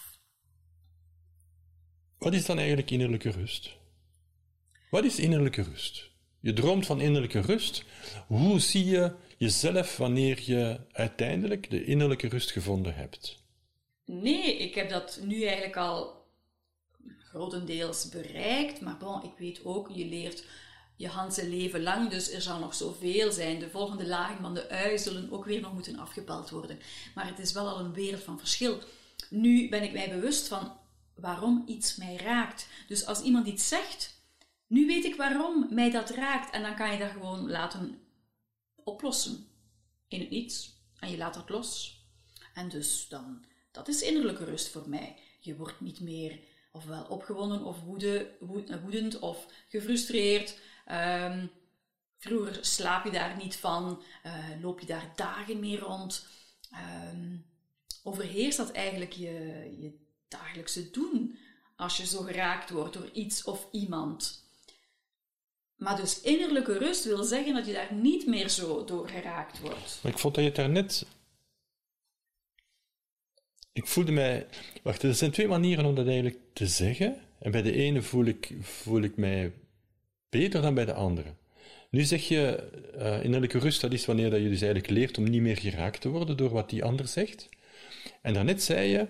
Speaker 1: Wat is dan eigenlijk innerlijke rust? Wat is innerlijke rust? Je droomt van innerlijke rust. Hoe zie je jezelf wanneer je uiteindelijk de innerlijke rust gevonden hebt?
Speaker 2: Nee, ik heb dat nu eigenlijk al grotendeels bereikt. Maar bon, ik weet ook, je leert je hele leven lang, dus er zal nog zoveel zijn. De volgende lagen van de ui zullen ook weer nog moeten afgepeld worden. Maar het is wel al een wereld van verschil. Nu ben ik mij bewust van waarom iets mij raakt. Dus als iemand iets zegt, nu weet ik waarom mij dat raakt. En dan kan je dat gewoon laten oplossen in het niets. En je laat dat los. En dus dan, dat is innerlijke rust voor mij. Je wordt niet meer ofwel opgewonden of woedend of gefrustreerd. Vroeger slaap je daar niet van. Loop je daar dagen mee rond. Overheerst dat eigenlijk je dagelijkse doen als je zo geraakt wordt door iets of iemand. Maar dus innerlijke rust wil zeggen dat je daar niet meer zo door geraakt wordt.
Speaker 1: Maar ik vond dat je het daarnet... Ik voelde mij... Wacht, er zijn twee manieren om dat eigenlijk te zeggen. En bij de ene voel ik mij beter dan bij de andere. Nu zeg je, innerlijke rust, dat is wanneer dat je dus eigenlijk leert om niet meer geraakt te worden door wat die ander zegt. En daarnet zei je,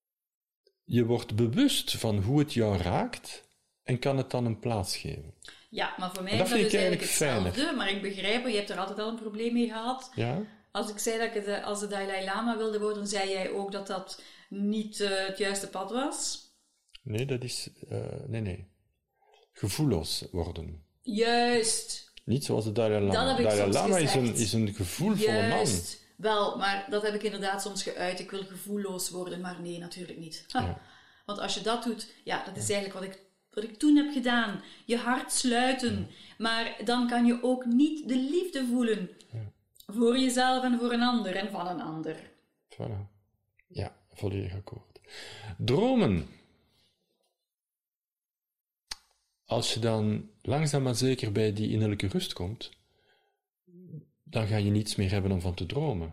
Speaker 1: je wordt bewust van hoe het jou raakt en kan het dan een plaats geven.
Speaker 2: Ja, maar voor mij
Speaker 1: En
Speaker 2: is
Speaker 1: dat
Speaker 2: dat
Speaker 1: vind
Speaker 2: dus
Speaker 1: ik
Speaker 2: eigenlijk
Speaker 1: eigenlijk
Speaker 2: hetzelfde. Maar ik begrijp, je hebt er altijd al een probleem mee gehad.
Speaker 1: Ja?
Speaker 2: Als ik zei dat ik als de Dalai Lama wilde worden, zei jij ook dat dat niet het juiste pad was?
Speaker 1: Nee, dat is... nee. Gevoelloos worden.
Speaker 2: Juist.
Speaker 1: Niet zoals de Dalai Lama.
Speaker 2: Dat heb ik
Speaker 1: Dalai
Speaker 2: soms
Speaker 1: Lama
Speaker 2: gezegd.
Speaker 1: is een gevoelvolle man.
Speaker 2: Juist. Wel, maar dat heb ik inderdaad soms geuit. Ik wil gevoelloos worden, maar nee, natuurlijk niet.
Speaker 1: Ja.
Speaker 2: Want als je dat doet, ja, dat is eigenlijk wat ik toen heb gedaan. Je hart sluiten. Maar dan kan je ook niet de liefde voelen.
Speaker 1: Ja.
Speaker 2: Voor jezelf en voor een ander en van een ander.
Speaker 1: Voilà. Ja, volledig akkoord. Dromen. Als je dan langzaam maar zeker bij die innerlijke rust komt, dan ga je niets meer hebben om van te dromen.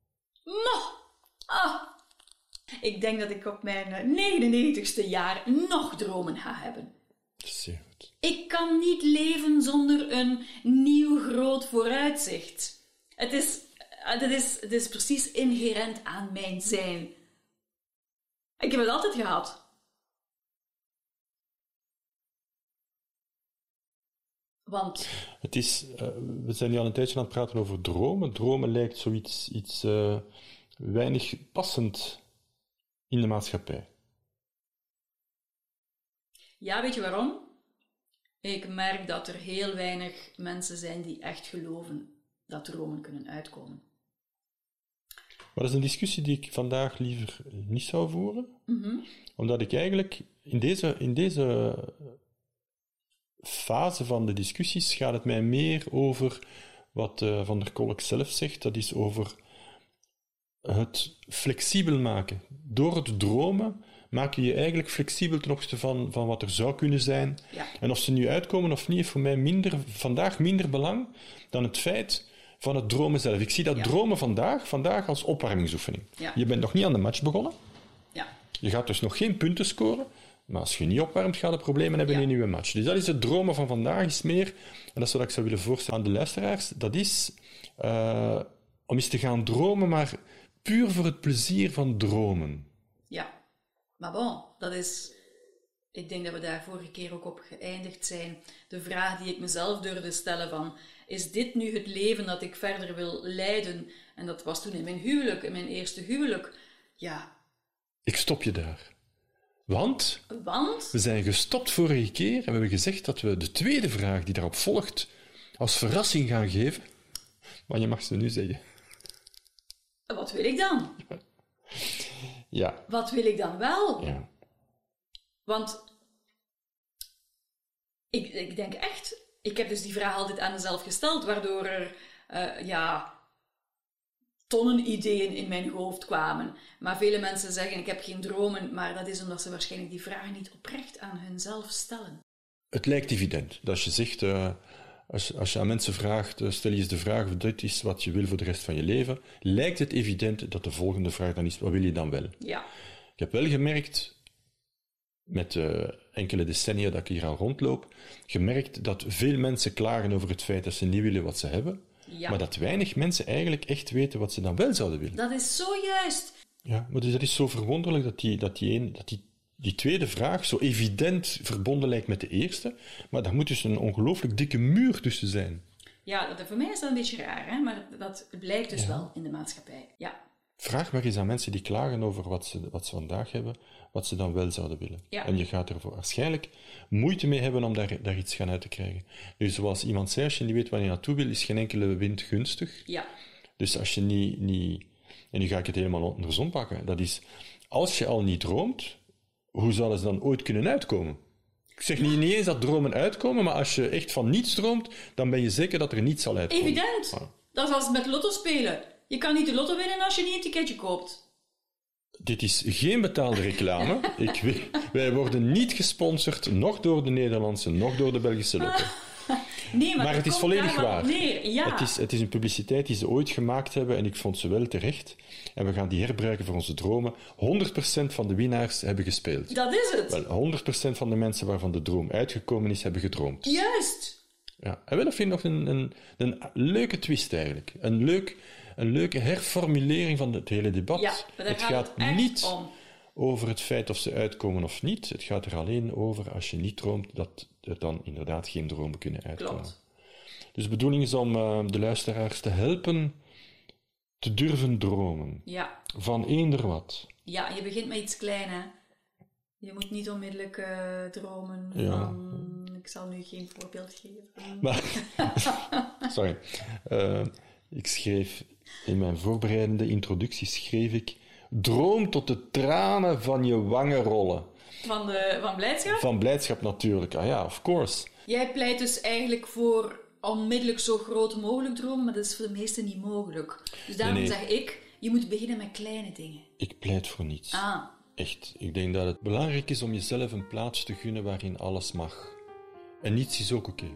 Speaker 2: Ik denk dat ik op mijn 99ste jaar nog dromen ga hebben.
Speaker 1: Zeer goed.
Speaker 2: Ik kan niet leven zonder een nieuw groot vooruitzicht. Het is precies inherent aan mijn zijn. Ik heb het altijd gehad. Want...
Speaker 1: Het is, we zijn nu al een tijdje aan het praten over dromen. Dromen lijkt zoiets weinig passend in de maatschappij.
Speaker 2: Ja, weet je waarom? Ik merk dat er heel weinig mensen zijn die echt geloven dat dromen kunnen uitkomen.
Speaker 1: Maar dat is een discussie die ik vandaag liever niet zou voeren. Omdat ik eigenlijk in deze fase van de discussies gaat het mij meer over wat Van der Kolk zelf zegt. Dat is over het flexibel maken. Door het dromen maak je je eigenlijk flexibel ten opzichte van wat er zou kunnen zijn.
Speaker 2: Ja.
Speaker 1: En of ze nu uitkomen of niet, heeft voor mij vandaag minder belang dan het feit van het dromen zelf. Ik zie dat dromen vandaag als opwarmingsoefening.
Speaker 2: Ja.
Speaker 1: Je bent nog niet aan de match begonnen.
Speaker 2: Ja.
Speaker 1: Je gaat dus nog geen punten scoren. Maar als je niet opwarmt, ga je problemen hebben in je match. Dus dat is het dromen van vandaag, is meer, en dat is wat ik zou willen voorstellen aan de luisteraars, dat is om eens te gaan dromen, maar puur voor het plezier van dromen.
Speaker 2: Ja. Maar bon, dat is... Ik denk dat we daar vorige keer ook op geëindigd zijn. De vraag die ik mezelf durfde stellen van, is dit nu het leven dat ik verder wil leiden? En dat was toen in mijn huwelijk, in mijn eerste huwelijk. Ja.
Speaker 1: Ik stop je daar. Want
Speaker 2: Want?
Speaker 1: we zijn gestopt vorige keer en we hebben gezegd dat we de tweede vraag die daarop volgt als verrassing gaan geven. Maar je mag ze nu zeggen.
Speaker 2: Wat wil ik dan?
Speaker 1: Ja.
Speaker 2: Wat wil ik dan wel?
Speaker 1: Ja.
Speaker 2: Want ik denk echt... Ik heb dus die vraag altijd aan mezelf gesteld, waardoor er tonnen ideeën in mijn hoofd kwamen. Maar vele mensen zeggen, ik heb geen dromen, maar dat is omdat ze waarschijnlijk die vraag niet oprecht aan hunzelf stellen.
Speaker 1: Het lijkt evident. Dat als je zegt, als je aan mensen vraagt, stel je eens de vraag, dit is wat je wil voor de rest van je leven, lijkt het evident dat de volgende vraag dan is, wat wil je dan wel?
Speaker 2: Ja.
Speaker 1: Ik heb wel gemerkt, met enkele decennia dat ik hier al rondloop, gemerkt dat veel mensen klagen over het feit dat ze niet willen wat ze hebben,
Speaker 2: Ja.
Speaker 1: maar dat weinig mensen eigenlijk echt weten wat ze dan wel zouden willen.
Speaker 2: Dat is zo juist.
Speaker 1: Ja, maar dus dat is zo verwonderlijk dat die tweede vraag zo evident verbonden lijkt met de eerste, maar daar moet dus een ongelooflijk dikke muur tussen zijn.
Speaker 2: Ja, voor mij is dat een beetje raar, hè? Maar dat blijkt dus wel in de maatschappij. Ja.
Speaker 1: Vraag maar eens aan mensen die klagen over wat ze vandaag hebben, wat ze dan wel zouden willen.
Speaker 2: Ja.
Speaker 1: En je gaat er waarschijnlijk moeite mee hebben om daar iets gaan uit te krijgen. Dus zoals iemand zei, als je niet weet waar je naartoe wil, is geen enkele wind gunstig.
Speaker 2: Ja.
Speaker 1: Dus als je niet... En nu ga ik het helemaal andersom pakken. Dat is, als je al niet droomt, hoe zouden ze dan ooit kunnen uitkomen? Ik zeg niet eens dat dromen uitkomen, maar als je echt van niets droomt, dan ben je zeker dat er niets zal uitkomen.
Speaker 2: Evident. Dat is als met lotto spelen. Je kan niet de lotto winnen als je niet een ticketje koopt.
Speaker 1: Dit is geen betaalde reclame. Wij worden niet gesponsord, nog door de Nederlandse, nog door de Belgische lotto.
Speaker 2: Nee, maar
Speaker 1: het is volledig waar.
Speaker 2: Ja.
Speaker 1: Het is een publiciteit die ze ooit gemaakt hebben en ik vond ze wel terecht. En we gaan die herbruiken voor onze dromen. 100% van de winnaars hebben gespeeld.
Speaker 2: Dat is het.
Speaker 1: Wel, 100% van de mensen waarvan de droom uitgekomen is, hebben gedroomd.
Speaker 2: Juist.
Speaker 1: Ja. En wel, dat vind ik nog een leuke twist eigenlijk. Een leuke herformulering van het hele debat.
Speaker 2: Ja, maar daar gaat het echt
Speaker 1: niet
Speaker 2: om.
Speaker 1: over het feit of ze uitkomen of niet. Het gaat er alleen over, als je niet droomt, dat er dan inderdaad geen dromen kunnen uitkomen.
Speaker 2: Klopt.
Speaker 1: Dus de bedoeling is om de luisteraars te helpen te durven dromen.
Speaker 2: Ja.
Speaker 1: Van eender wat.
Speaker 2: Ja, je begint met iets klein, hè. Je moet niet onmiddellijk dromen
Speaker 1: Ja.
Speaker 2: van... Ik zal nu geen voorbeeld geven.
Speaker 1: Maar, sorry. Ik schreef, in mijn voorbereidende introductie schreef ik... Droom tot de tranen van je wangen rollen.
Speaker 2: Van blijdschap?
Speaker 1: Van blijdschap natuurlijk. Ah ja, of course.
Speaker 2: Jij pleit dus eigenlijk voor onmiddellijk zo groot mogelijk dromen, maar dat is voor de meesten niet mogelijk. Dus daarom
Speaker 1: Nee.
Speaker 2: zeg ik, je moet beginnen met kleine dingen.
Speaker 1: Ik pleit voor niets.
Speaker 2: Ah,
Speaker 1: Echt. Ik denk dat het belangrijk is om jezelf een plaats te gunnen waarin alles mag. En niets is ook oké.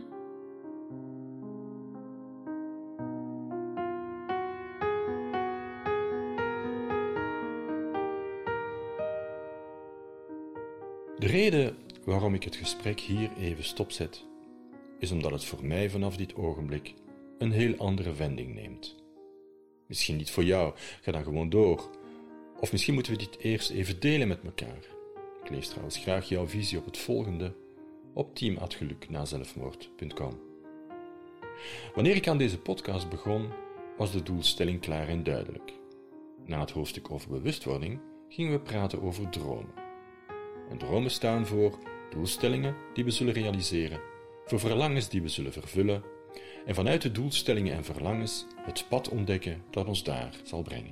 Speaker 1: De reden waarom ik het gesprek hier even stopzet, is omdat het voor mij vanaf dit ogenblik een heel andere wending neemt. Misschien niet voor jou, ga dan gewoon door. Of misschien moeten we dit eerst even delen met elkaar. Ik lees trouwens graag jouw visie op het volgende op team@geluknazelfmoord.com. Wanneer ik aan deze podcast begon, was de doelstelling klaar en duidelijk. Na het hoofdstuk over bewustwording gingen we praten over dromen. En dromen staan voor doelstellingen die we zullen realiseren, voor verlangens die we zullen vervullen, en vanuit de doelstellingen en verlangens het pad ontdekken dat ons daar zal brengen.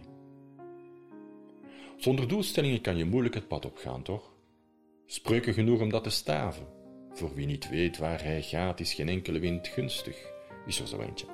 Speaker 1: Zonder doelstellingen kan je moeilijk het pad opgaan, toch? Spreuken genoeg om dat te staven. Voor wie niet weet waar hij gaat, is geen enkele wind gunstig, is er zo eentje.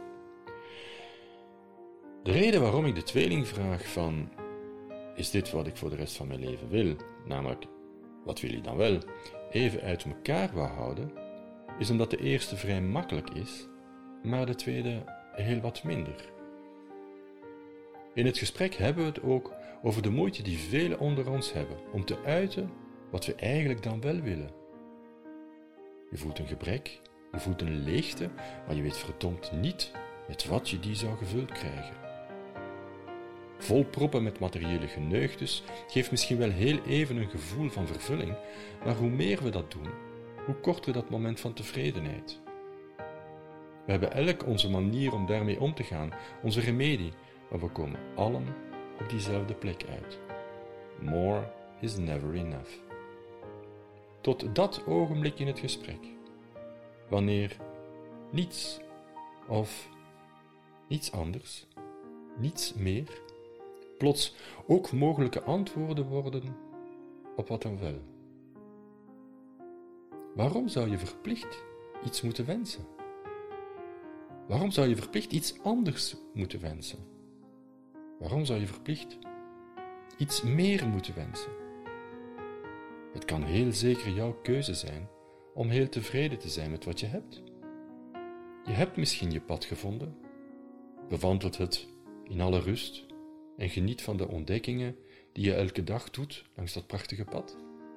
Speaker 1: De reden waarom ik de tweelingvraag van is dit wat ik voor de rest van mijn leven wil, namelijk wat wil je dan wel, even uit elkaar wou houden, is omdat de eerste vrij makkelijk is, maar de tweede heel wat minder. In het gesprek hebben we het ook over de moeite die velen onder ons hebben om te uiten wat we eigenlijk dan wel willen. Je voelt een gebrek, je voelt een leegte, maar je weet verdomd niet met wat je die zou gevuld krijgen. Volproppen met materiële geneugtes geeft misschien wel heel even een gevoel van vervulling, maar hoe meer we dat doen, hoe korter dat moment van tevredenheid. We hebben elk onze manier om daarmee om te gaan, onze remedie, maar we komen allen op diezelfde plek uit. More is never enough. Tot dat ogenblik in het gesprek, wanneer niets of niets anders, niets meer, plots ook mogelijke antwoorden worden op wat dan wel. Waarom zou je verplicht iets moeten wensen? Waarom zou je verplicht iets anders moeten wensen? Waarom zou je verplicht iets meer moeten wensen? Het kan heel zeker jouw keuze zijn om heel tevreden te zijn met wat je hebt. Je hebt misschien je pad gevonden, bewandelt het in alle rust en geniet van de ontdekkingen die je elke dag doet langs dat prachtige pad.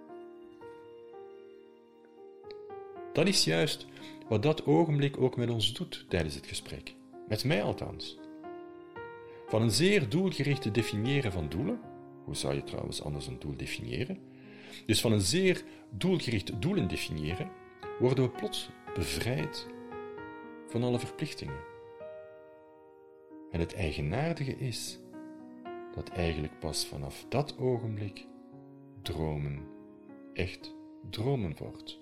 Speaker 1: Dat is juist wat dat ogenblik ook met ons doet tijdens het gesprek. Met mij althans. Van een zeer doelgerichte definiëren van doelen, hoe zou je trouwens anders een doel definiëren? Dus van een zeer doelgericht doelen definiëren, worden we plots bevrijd van alle verplichtingen. En het eigenaardige is dat eigenlijk pas vanaf dat ogenblik dromen echt dromen wordt.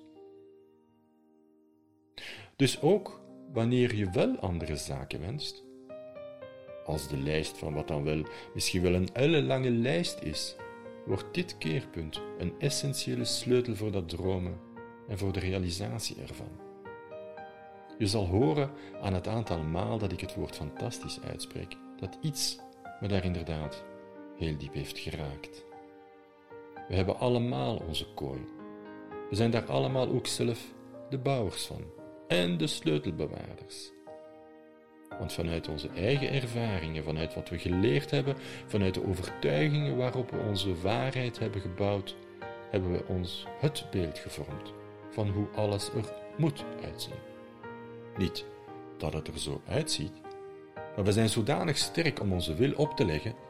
Speaker 1: Dus ook wanneer je wel andere zaken wenst, als de lijst van wat dan wel misschien wel een ellenlange lijst is, wordt dit keerpunt een essentiële sleutel voor dat dromen en voor de realisatie ervan. Je zal horen aan het aantal maal dat ik het woord fantastisch uitspreek, dat iets me daar inderdaad heel diep heeft geraakt. We hebben allemaal onze kooi. We zijn daar allemaal ook zelf de bouwers van en de sleutelbewaarders. Want vanuit onze eigen ervaringen, vanuit wat we geleerd hebben, vanuit de overtuigingen waarop we onze waarheid hebben gebouwd, hebben we ons het beeld gevormd van hoe alles er moet uitzien. Niet dat het er zo uitziet, maar we zijn zodanig sterk om onze wil op te leggen,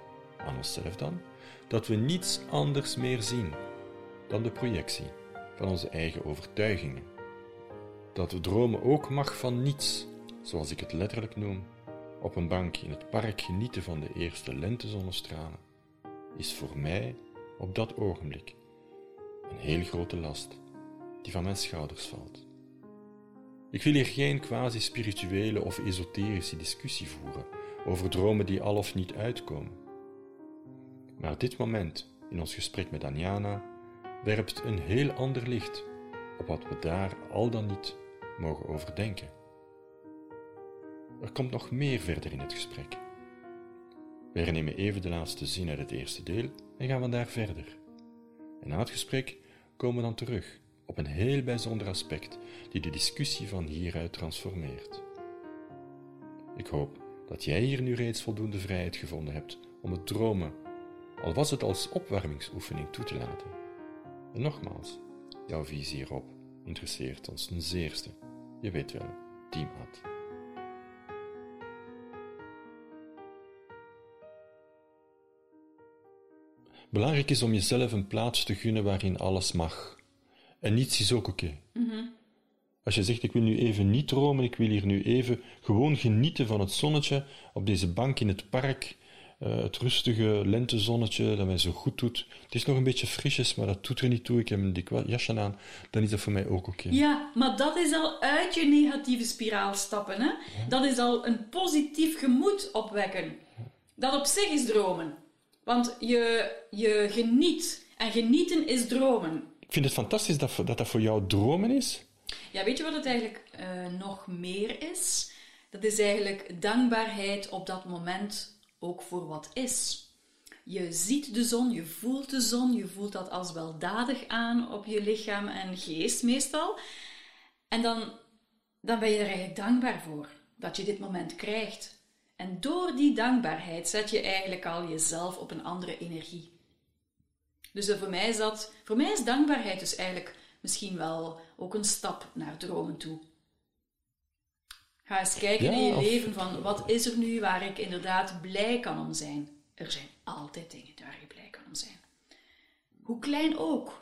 Speaker 1: aan onszelf dan, dat we niets anders meer zien dan de projectie van onze eigen overtuigingen. Dat we dromen ook mag van niets, zoals ik het letterlijk noem, op een bank in het park genieten van de eerste lentezonnestralen, is voor mij op dat ogenblik een heel grote last die van mijn schouders valt. Ik wil hier geen quasi-spirituele of esoterische discussie voeren over dromen die al of niet uitkomen. Maar dit moment in ons gesprek met Anjana werpt een heel ander licht op wat we daar al dan niet mogen overdenken. Er komt nog meer verder in het gesprek. We hernemen even de laatste zin uit het eerste deel en gaan we daar verder. En na het gesprek komen we dan terug op een heel bijzonder aspect die de discussie van hieruit transformeert. Ik hoop dat jij hier nu reeds voldoende vrijheid gevonden hebt om het dromen, al was het als opwarmingsoefening, toe te laten. En nogmaals, jouw visie hierop interesseert ons ten zeerste. Je weet wel, Team Ad. Belangrijk is om jezelf een plaats te gunnen waarin alles mag. En niets is ook oké. Als je zegt, ik wil nu even niet dromen, ik wil hier nu even gewoon genieten van het zonnetje op deze bank in het park, het rustige lentezonnetje dat mij zo goed doet. Het is nog een beetje frisjes, maar dat doet er niet toe. Ik heb een dik jasje aan, dan is dat voor mij ook oké.
Speaker 2: Ja, maar dat is al uit je negatieve spiraal stappen. Hè? Ja. Dat is al een positief gemoed opwekken. Dat op zich is dromen. Want je geniet. En genieten is dromen.
Speaker 1: Ik vind het fantastisch dat voor jou dromen is.
Speaker 2: Ja, weet je wat het eigenlijk nog meer is? Dat is eigenlijk dankbaarheid op dat moment ook voor wat is. Je ziet de zon, je voelt dat als weldadig aan op je lichaam en geest meestal. En dan ben je er eigenlijk dankbaar voor dat je dit moment krijgt. En door die dankbaarheid zet je eigenlijk al jezelf op een andere energie. Dus voor mij is dankbaarheid dus eigenlijk misschien wel ook een stap naar dromen toe. Ga eens kijken in je leven van wat is er nu waar ik inderdaad blij kan om zijn. Er zijn altijd dingen waar je blij kan om zijn. Hoe klein ook.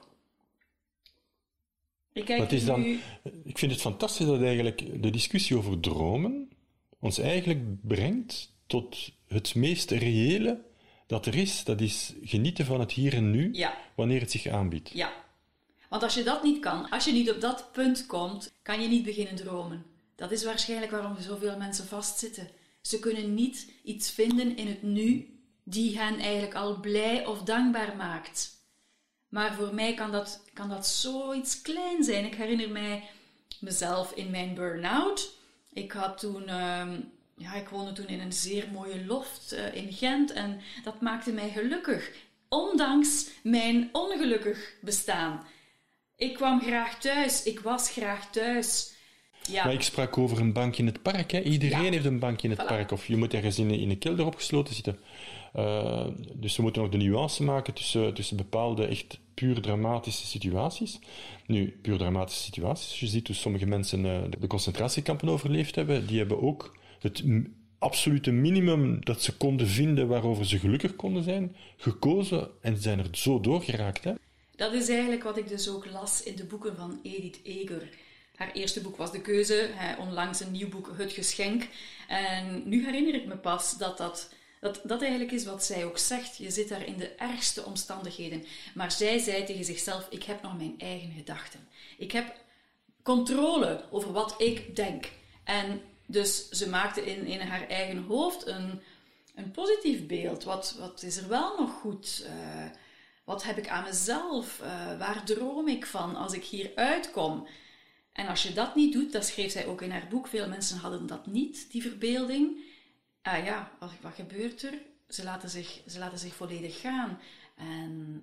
Speaker 1: Ik vind het fantastisch dat eigenlijk de discussie over dromen ons eigenlijk brengt tot het meest reële dat er is. Dat is genieten van het hier en nu, wanneer het zich aanbiedt.
Speaker 2: Ja, want als je dat niet kan, als je niet op dat punt komt, kan je niet beginnen dromen. Dat is waarschijnlijk waarom zoveel mensen vastzitten. Ze kunnen niet iets vinden in het nu die hen eigenlijk al blij of dankbaar maakt. Maar voor mij kan dat zoiets klein zijn. Ik herinner mij mezelf in mijn burn-out. Ik woonde toen in een zeer mooie loft in Gent en dat maakte mij gelukkig, ondanks mijn ongelukkig bestaan. Ik kwam graag thuis, ik was graag thuis. Ja.
Speaker 1: Maar ik sprak over een bank in het park. Hè. Iedereen heeft een bank in het park. Of je moet ergens in een kelder opgesloten zitten. Dus we moeten nog de nuance maken tussen bepaalde echt puur dramatische situaties. Nu, puur dramatische situaties. Je ziet dus sommige mensen de concentratiekampen overleefd hebben. Die hebben ook het absolute minimum dat ze konden vinden waarover ze gelukkig konden zijn, gekozen en zijn er zo doorgeraakt. Hè.
Speaker 2: Dat is eigenlijk wat ik dus ook las in de boeken van Edith Eger. Haar eerste boek was De Keuze, onlangs een nieuw boek, Het Geschenk. En nu herinner ik me pas dat eigenlijk is wat zij ook zegt. Je zit daar in de ergste omstandigheden. Maar zij zei tegen zichzelf, ik heb nog mijn eigen gedachten. Ik heb controle over wat ik denk. En dus ze maakte in haar eigen hoofd een positief beeld. Wat is er wel nog goed? Wat heb ik aan mezelf? Waar droom ik van als ik hier uitkom? En als je dat niet doet, dat schreef zij ook in haar boek, veel mensen hadden dat niet, die verbeelding. Wat gebeurt er? Ze laten zich volledig gaan. En,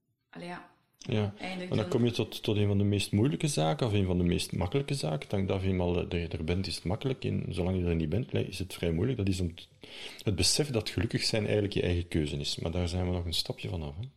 Speaker 1: en dan kom je tot een van de meest moeilijke zaken, of een van de meest makkelijke zaken. Dan dat je eenmaal er bent, is het makkelijk. En zolang je er niet bent, is het vrij moeilijk. Dat is het besef dat gelukkig zijn eigenlijk je eigen keuze is. Maar daar zijn we nog een stapje vanaf. Hè?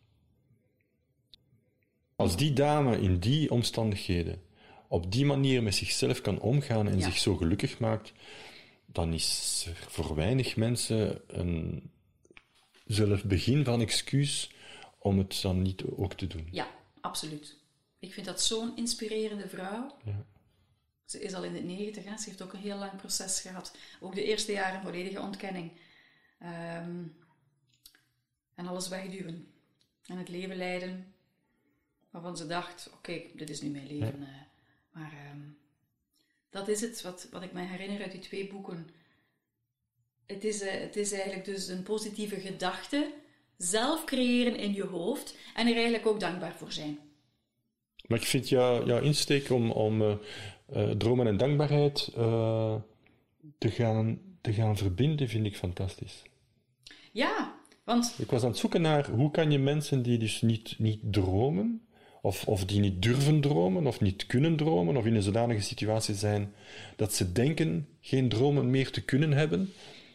Speaker 1: Als die dame in die omstandigheden op die manier met zichzelf kan omgaan en zich zo gelukkig maakt, dan is er voor weinig mensen zelf begin van excuus om het dan niet ook te doen.
Speaker 2: Ja, absoluut. Ik vind dat zo'n inspirerende vrouw.
Speaker 1: Ja.
Speaker 2: Ze is al in de 90, hè? Ze heeft ook een heel lang proces gehad. Ook de eerste jaren volledige ontkenning. En alles wegduwen. En het leven leiden waarvan ze dacht, oké, dit is nu mijn leven.
Speaker 1: Ja.
Speaker 2: Maar dat is het wat ik me herinner uit die 2 boeken. Het is eigenlijk dus een positieve gedachte, zelf creëren in je hoofd en er eigenlijk ook dankbaar voor zijn.
Speaker 1: Maar ik vind jouw insteek om dromen en dankbaarheid te gaan verbinden, vind ik fantastisch.
Speaker 2: Ja, want...
Speaker 1: Ik was aan het zoeken naar hoe kan je mensen die dus niet dromen, of die niet durven dromen, of niet kunnen dromen, of in een zodanige situatie zijn dat ze denken geen dromen meer te kunnen hebben.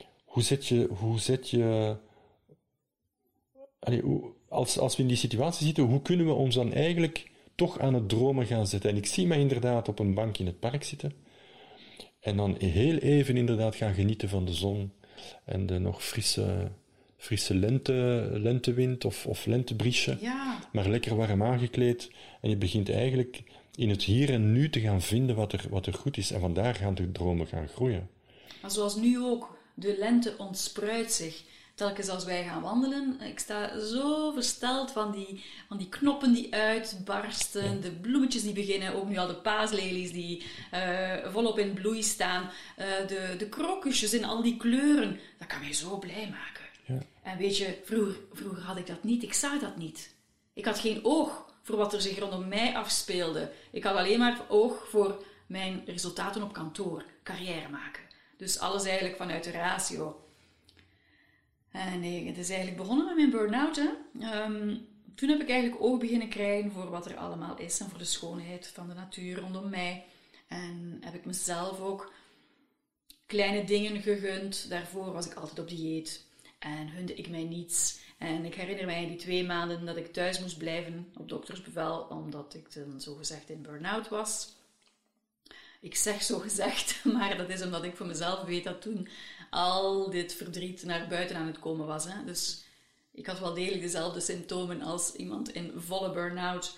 Speaker 1: Als we in die situatie zitten, hoe kunnen we ons dan eigenlijk toch aan het dromen gaan zetten? En ik zie mij inderdaad op een bank in het park zitten en dan heel even inderdaad gaan genieten van de zon en de nog frisse lentewind of lentebriesje,
Speaker 2: Ja.
Speaker 1: maar lekker warm aangekleed. En je begint eigenlijk in het hier en nu te gaan vinden wat er goed is. En vandaar gaan de dromen gaan groeien.
Speaker 2: Maar zoals nu ook, de lente ontspruit zich. Telkens als wij gaan wandelen, ik sta zo versteld van die knoppen die uitbarsten,
Speaker 1: Ja.
Speaker 2: de bloemetjes die beginnen, ook nu al de paaslelies die volop in bloei staan, de krokusjes in al die kleuren. Dat kan mij zo blij maken.
Speaker 1: Ja.
Speaker 2: En weet je, vroeger had ik dat niet, ik zag dat niet. Ik had geen oog voor wat er zich rondom mij afspeelde. Ik had alleen maar oog voor mijn resultaten op kantoor, carrière maken. Dus alles eigenlijk vanuit de ratio. En nee, het is eigenlijk begonnen met mijn burn-out. Hè. Toen heb ik eigenlijk oog beginnen krijgen voor wat er allemaal is en voor de schoonheid van de natuur rondom mij. En heb ik mezelf ook kleine dingen gegund. Daarvoor was ik altijd op dieet en gunde ik mij niets. En ik herinner mij in die 2 maanden dat ik thuis moest blijven op doktersbevel, omdat ik dan zogezegd in burn-out was. Ik zeg zo gezegd, maar dat is omdat ik voor mezelf weet dat toen al dit verdriet naar buiten aan het komen was. Hè. Dus ik had wel degelijk dezelfde symptomen als iemand in volle burn-out.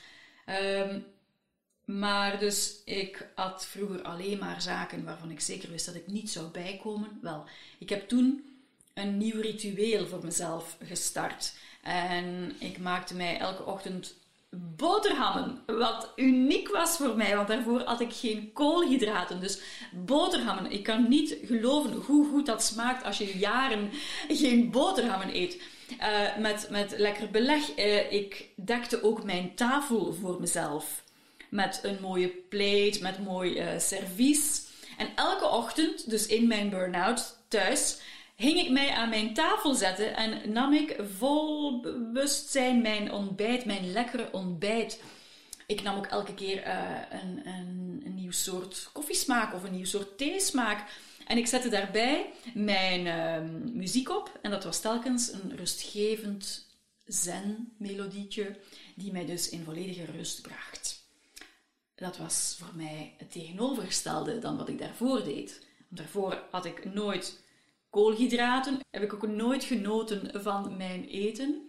Speaker 2: Maar dus ik had vroeger alleen maar zaken waarvan ik zeker wist dat ik niet zou bijkomen. Wel, ik heb toen een nieuw ritueel voor mezelf gestart. En ik maakte mij elke ochtend boterhammen, wat uniek was voor mij, want daarvoor had ik geen koolhydraten. Dus boterhammen, ik kan niet geloven hoe goed dat smaakt als je jaren geen boterhammen eet. Met lekker beleg. Ik dekte ook mijn tafel voor mezelf. Met een mooie plate, met mooi servies. En elke ochtend, dus in mijn burn-out thuis, hing ik mij aan mijn tafel zetten en nam ik vol bewustzijn mijn ontbijt, mijn lekkere ontbijt. Ik nam ook elke keer een nieuw soort koffiesmaak of een nieuw soort theesmaak. En ik zette daarbij mijn muziek op. En dat was telkens een rustgevend zen-melodietje die mij dus in volledige rust bracht. Dat was voor mij het tegenovergestelde dan wat ik daarvoor deed. Want daarvoor had ik nooit koolhydraten, heb ik ook nooit genoten van mijn eten.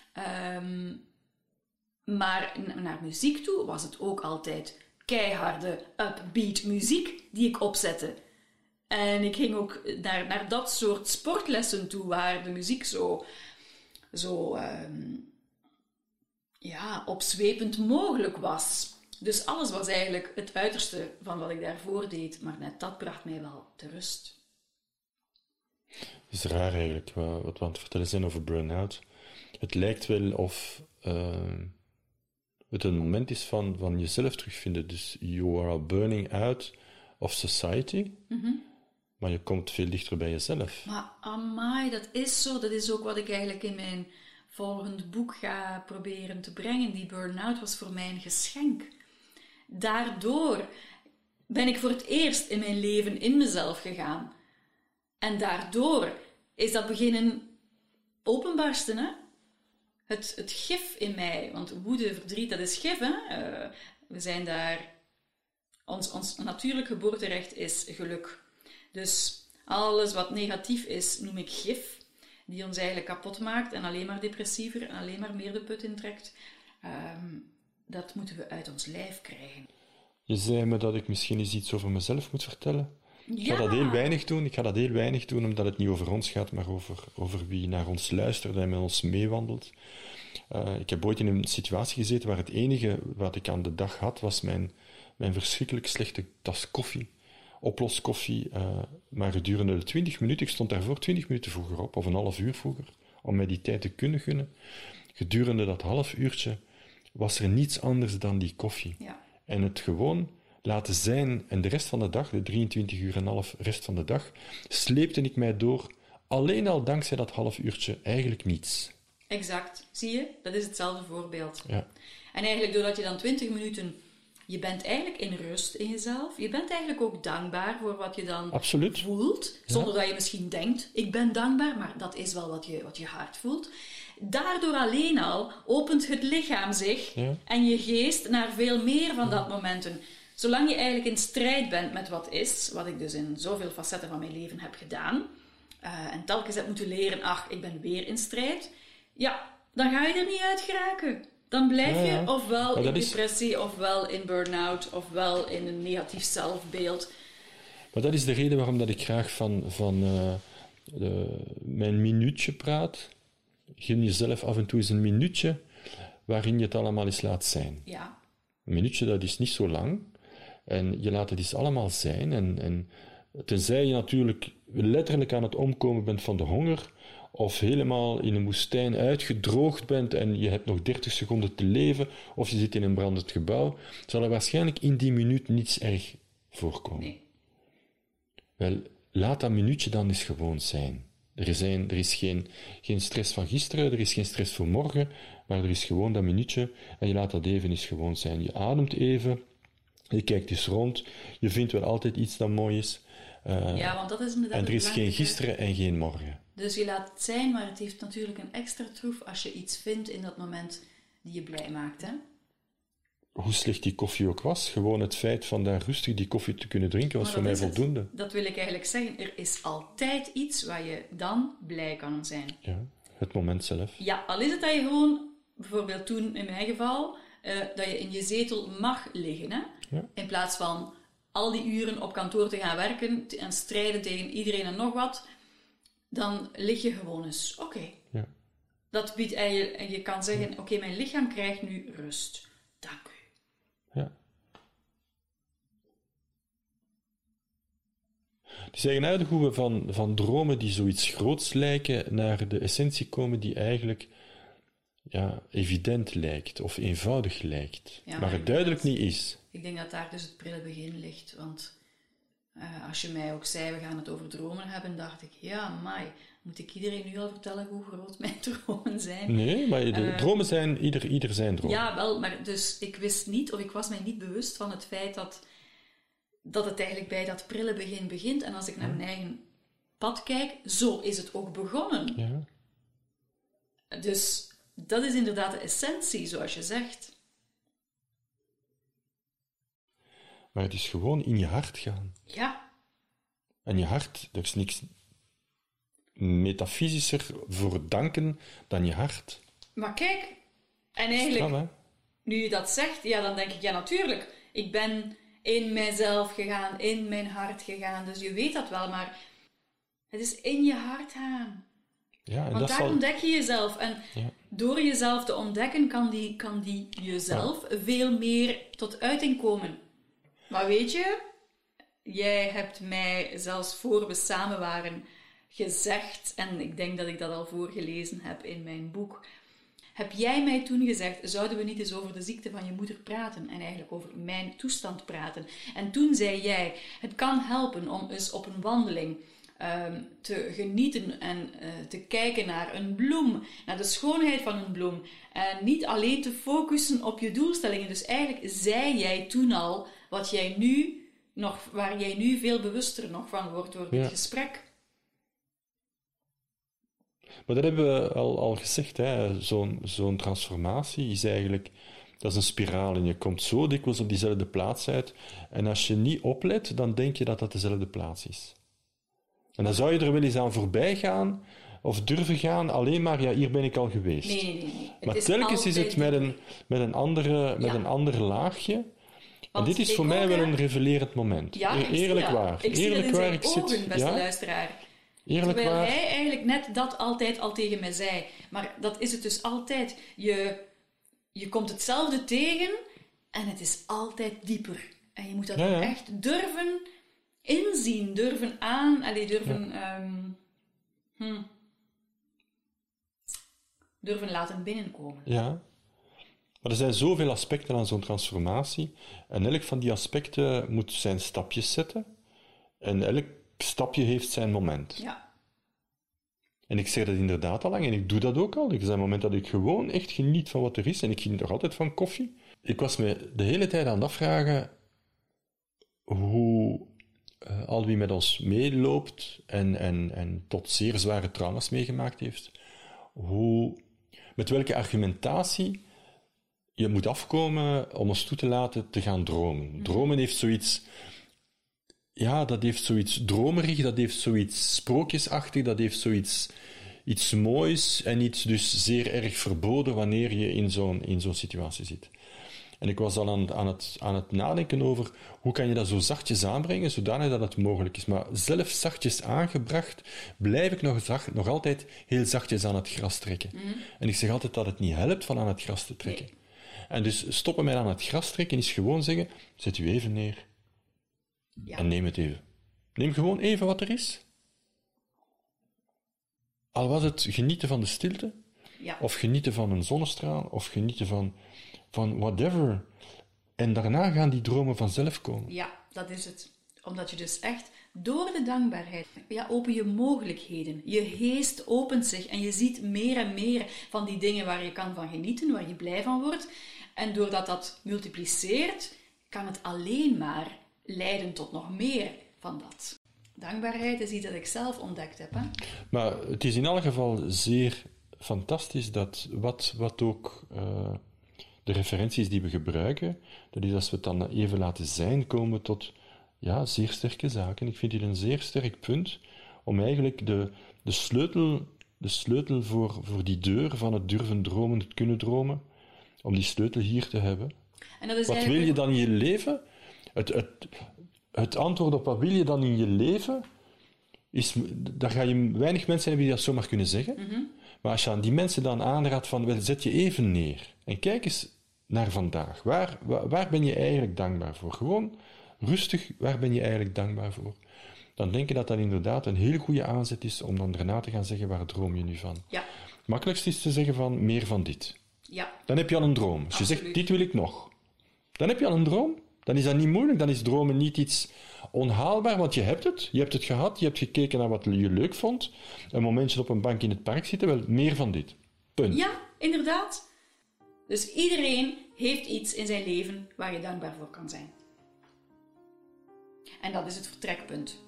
Speaker 2: Maar naar muziek toe was het ook altijd keiharde upbeat muziek die ik opzette. En ik ging ook naar dat soort sportlessen toe waar de muziek zo opzwepend mogelijk was. Dus alles was eigenlijk het uiterste van wat ik daarvoor deed, maar net dat bracht mij wel te rust.
Speaker 1: Het is raar eigenlijk, wat we aan het vertellen zijn over burn-out. Het lijkt wel of het een moment is van jezelf terugvinden. Dus you are burning out of society, maar je komt veel dichter bij jezelf.
Speaker 2: Maar amai, dat is zo. Dat is ook wat ik eigenlijk in mijn volgend boek ga proberen te brengen. Die burn-out was voor mij een geschenk. Daardoor ben ik voor het eerst in mijn leven in mezelf gegaan. En daardoor is dat beginnen openbarsten, hè? Het gif in mij, want woede, verdriet, dat is gif, hè? We zijn daar... Ons natuurlijk geboorterecht is geluk. Dus alles wat negatief is, noem ik gif. die ons eigenlijk kapot maakt en alleen maar depressiever en alleen maar meer de put intrekt. Dat moeten we uit ons lijf krijgen.
Speaker 1: Je zei me dat ik misschien eens iets over mezelf moet vertellen. Ik ga
Speaker 2: Ja.
Speaker 1: dat heel weinig doen, omdat het niet over ons gaat, maar over wie naar ons luistert en met ons meewandelt. Ik heb ooit in een situatie gezeten waar het enige wat ik aan de dag had, was mijn verschrikkelijk slechte tas koffie. Oploskoffie, maar gedurende de 20 minuten, ik stond daarvoor 20 minuten vroeger op, of een half uur vroeger, om mij die tijd te kunnen gunnen. Gedurende dat half uurtje was er niets anders dan die koffie.
Speaker 2: Ja.
Speaker 1: En het gewoon laten zijn, en de rest van de dag, de 23 uur en een half rest van de dag, sleepte ik mij door, alleen al dankzij dat half uurtje, eigenlijk niets.
Speaker 2: Exact. Zie je? Dat is hetzelfde voorbeeld.
Speaker 1: Ja.
Speaker 2: En eigenlijk doordat je dan 20 minuten... Je bent eigenlijk in rust in jezelf. Je bent eigenlijk ook dankbaar voor wat je dan
Speaker 1: Absoluut.
Speaker 2: voelt. Zonder dat je misschien denkt, ik ben dankbaar, maar dat is wel wat je hart voelt. Daardoor alleen al opent het lichaam zich en je geest naar veel meer van dat momentum. Zolang je eigenlijk in strijd bent met wat is, wat ik dus in zoveel facetten van mijn leven heb gedaan, en telkens heb moeten leren, ik ben weer in strijd, ja, dan ga je er niet uit geraken. Dan blijf je ofwel in depressie, ofwel in burn-out, ofwel in een negatief zelfbeeld.
Speaker 1: Maar dat is de reden waarom dat ik graag van mijn minuutje praat. Gun jezelf af en toe eens een minuutje waarin je het allemaal eens laat zijn.
Speaker 2: Ja.
Speaker 1: Een minuutje, dat is niet zo lang. En je laat het eens allemaal zijn. En tenzij je natuurlijk letterlijk aan het omkomen bent van de honger, of helemaal in een woestijn uitgedroogd bent en je hebt nog 30 seconden te leven, of je zit in een brandend gebouw, zal er waarschijnlijk in die minuut niets erg voorkomen.
Speaker 2: Nee.
Speaker 1: Wel, laat dat minuutje dan eens gewoon zijn. Er is geen stress van gisteren, er is geen stress voor morgen, maar er is gewoon dat minuutje en je laat dat even eens gewoon zijn. Je ademt even, je kijkt eens rond, je vindt wel altijd iets dat mooi is.
Speaker 2: Ja, want dat is inderdaad
Speaker 1: en er is
Speaker 2: het
Speaker 1: geen
Speaker 2: belangrijke.
Speaker 1: gisteren en geen morgen.
Speaker 2: Dus je laat het zijn, maar het heeft natuurlijk een extra troef als je iets vindt in dat moment die je blij maakt, hè?
Speaker 1: Hoe slecht die koffie ook was, gewoon het feit van daar rustig die koffie te kunnen drinken was
Speaker 2: Maar
Speaker 1: voor mij
Speaker 2: dat is het.
Speaker 1: voldoende.
Speaker 2: Dat wil ik eigenlijk zeggen. Er is altijd iets waar je dan blij kan zijn.
Speaker 1: Ja, het moment zelf.
Speaker 2: Ja, al is het dat je gewoon, bijvoorbeeld toen in mijn geval, dat je in je zetel mag liggen, hè?
Speaker 1: Ja.
Speaker 2: In plaats van al die uren op kantoor te gaan werken en strijden tegen iedereen en nog wat, dan lig je gewoon eens. Oké.
Speaker 1: Ja.
Speaker 2: Dat biedt eigenlijk, en je kan zeggen, oké, mijn lichaam krijgt nu rust. Dank u.
Speaker 1: Ja. Het is eigenaardig hoe we van dromen die zoiets groots lijken, naar de essentie komen die eigenlijk evident lijkt, of eenvoudig lijkt,
Speaker 2: Ja,
Speaker 1: maar het duidelijk niet is.
Speaker 2: Ik denk dat daar dus het prille begin ligt, want als je mij ook zei, we gaan het over dromen hebben, dacht ik, ja, amai, moet ik iedereen nu al vertellen hoe groot mijn dromen zijn?
Speaker 1: Nee, maar de dromen zijn, ieder zijn droom.
Speaker 2: Ja, wel, maar dus ik wist niet, of ik was mij niet bewust van het feit dat het eigenlijk bij dat prille begin begint. En als ik naar mijn eigen pad kijk, zo is het ook begonnen.
Speaker 1: Ja.
Speaker 2: Dus dat is inderdaad de essentie, zoals je zegt.
Speaker 1: Maar het is gewoon in je hart gaan.
Speaker 2: Ja,
Speaker 1: En je hart, er is niks metafysischer voor danken dan je hart.
Speaker 2: maar kijk, en eigenlijk,
Speaker 1: Stram, hè?
Speaker 2: nu je dat zegt, ja, dan denk ik, ja, natuurlijk. Ik ben in mijzelf gegaan, in mijn hart gegaan, dus je weet dat wel, maar het is in je hart gaan.
Speaker 1: Ja, en
Speaker 2: Want
Speaker 1: dat
Speaker 2: daar
Speaker 1: zal...
Speaker 2: ontdek je jezelf. En
Speaker 1: Ja.
Speaker 2: door jezelf te ontdekken, kan die jezelf veel meer tot uiting komen. Maar weet je, jij hebt mij zelfs voor we samen waren gezegd, en ik denk dat ik dat al voorgelezen heb in mijn boek, heb jij mij toen gezegd, zouden we niet eens over de ziekte van je moeder praten en eigenlijk over mijn toestand praten? En toen zei jij, het kan helpen om eens op een wandeling te genieten en te kijken naar een bloem, naar de schoonheid van een bloem. En niet alleen te focussen op je doelstellingen. Dus eigenlijk zei jij toen al wat jij nu nog, waar jij nu veel bewuster nog van wordt door dit gesprek.
Speaker 1: Maar dat hebben we al gezegd, hè. Zo'n transformatie is eigenlijk... Dat is een spiraal en je komt zo dikwijls op diezelfde plaats uit. En als je niet oplet, dan denk je dat dat dezelfde plaats is. En dan zou je er wel eens aan voorbij gaan, of durven gaan alleen maar, ja, hier ben ik al geweest.
Speaker 2: Nee.
Speaker 1: Maar telkens is het met een ander laagje.
Speaker 2: Want
Speaker 1: en dit is voor mij wel een revelerend moment.
Speaker 2: Ja,
Speaker 1: Eerlijk waar.
Speaker 2: Ik zie
Speaker 1: Eerlijk
Speaker 2: dat in
Speaker 1: waar.
Speaker 2: zijn ogen, beste luisteraar.
Speaker 1: Eerlijk
Speaker 2: Terwijl
Speaker 1: waar.
Speaker 2: hij eigenlijk net dat altijd al tegen mij zei. Maar dat is het dus altijd. Je komt hetzelfde tegen en het is altijd dieper. En je moet dat ook echt durven inzien, durven durven laten binnenkomen.
Speaker 1: Ja. Maar er zijn zoveel aspecten aan zo'n transformatie. En elk van die aspecten moet zijn stapjes zetten. En elk stapje heeft zijn moment.
Speaker 2: Ja.
Speaker 1: En ik zeg dat inderdaad al lang, en ik doe dat ook al. Er zijn momenten dat ik gewoon echt geniet van wat er is, en ik geniet nog altijd van koffie. Ik was me de hele tijd aan het afvragen hoe al wie met ons meeloopt en tot zeer zware trauma's meegemaakt heeft, met welke argumentatie je moet afkomen om ons toe te laten te gaan dromen. Dromen heeft zoiets... Ja, dat heeft zoiets dromerig, dat heeft zoiets sprookjesachtig, dat heeft iets moois en iets dus zeer erg verboden wanneer je in zo'n situatie zit. En ik was al aan het nadenken over hoe kan je dat zo zachtjes aanbrengen, zodanig dat het mogelijk is. Maar zelf zachtjes aangebracht, blijf ik nog altijd heel zachtjes aan het gras trekken. En ik zeg altijd dat het niet helpt van aan het gras te trekken. Nee. En dus stoppen met aan het gras trekken is gewoon zeggen, zet u even neer. Ja. En neem het even. Neem gewoon even wat er is. Al was het genieten van de stilte, of genieten van een zonnestraal, of genieten van whatever. En daarna gaan die dromen vanzelf komen.
Speaker 2: Ja, dat is het. Omdat je dus echt door de dankbaarheid, open je mogelijkheden. Je geest opent zich en je ziet meer en meer van die dingen waar je kan van genieten, waar je blij van wordt. En doordat dat multipliceert, kan het alleen maar leiden tot nog meer van dat. Dankbaarheid is iets dat ik zelf ontdekt heb. Hè?
Speaker 1: Maar het is in elk geval zeer fantastisch dat wat ook de referenties die we gebruiken, dat is als we het dan even laten zijn, komen we tot zeer sterke zaken. Ik vind dit een zeer sterk punt om eigenlijk de sleutel voor die deur van het durven dromen, het kunnen dromen, om die sleutel hier te hebben.
Speaker 2: En dat is
Speaker 1: wat wil je dan in je leven? Het antwoord op wat wil je dan in je leven, daar ga je weinig mensen hebben die dat zomaar kunnen zeggen. Maar als je aan die mensen dan aanraadt van, zet je even neer en kijk eens naar vandaag. Waar ben je eigenlijk dankbaar voor? Gewoon rustig, waar ben je eigenlijk dankbaar voor? Dan denk je dat dat inderdaad een heel goede aanzet is om dan daarna te gaan zeggen, waar droom je nu van?
Speaker 2: Ja.
Speaker 1: Het makkelijkste is te zeggen van, meer van dit.
Speaker 2: Ja.
Speaker 1: Dan heb je al een droom. Als je zegt, dit wil ik nog. Dan heb je al een droom. Dan is dat niet moeilijk, dan is dromen niet iets onhaalbaar, want je hebt het. Je hebt het gehad, je hebt gekeken naar wat je leuk vond. Een momentje op een bank in het park zitten, wel meer van dit. Punt.
Speaker 2: Ja, inderdaad. Dus iedereen heeft iets in zijn leven waar je dankbaar voor kan zijn. En dat is het vertrekpunt.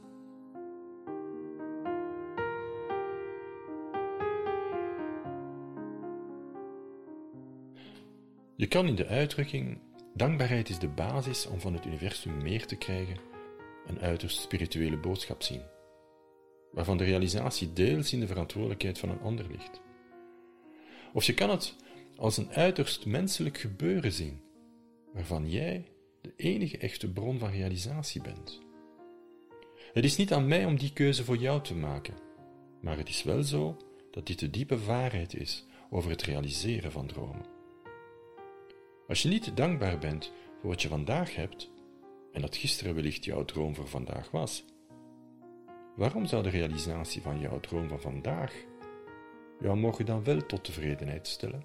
Speaker 1: Je kan in de uitdrukking dankbaarheid is de basis om van het universum meer te krijgen, een uiterst spirituele boodschap zien, waarvan de realisatie deels in de verantwoordelijkheid van een ander ligt. Of je kan het als een uiterst menselijk gebeuren zien, waarvan jij de enige echte bron van realisatie bent. Het is niet aan mij om die keuze voor jou te maken, maar het is wel zo dat dit de diepe waarheid is over het realiseren van dromen. Als je niet dankbaar bent voor wat je vandaag hebt, en dat gisteren wellicht jouw droom voor vandaag was, waarom zou de realisatie van jouw droom van vandaag jou morgen dan wel tot tevredenheid stellen?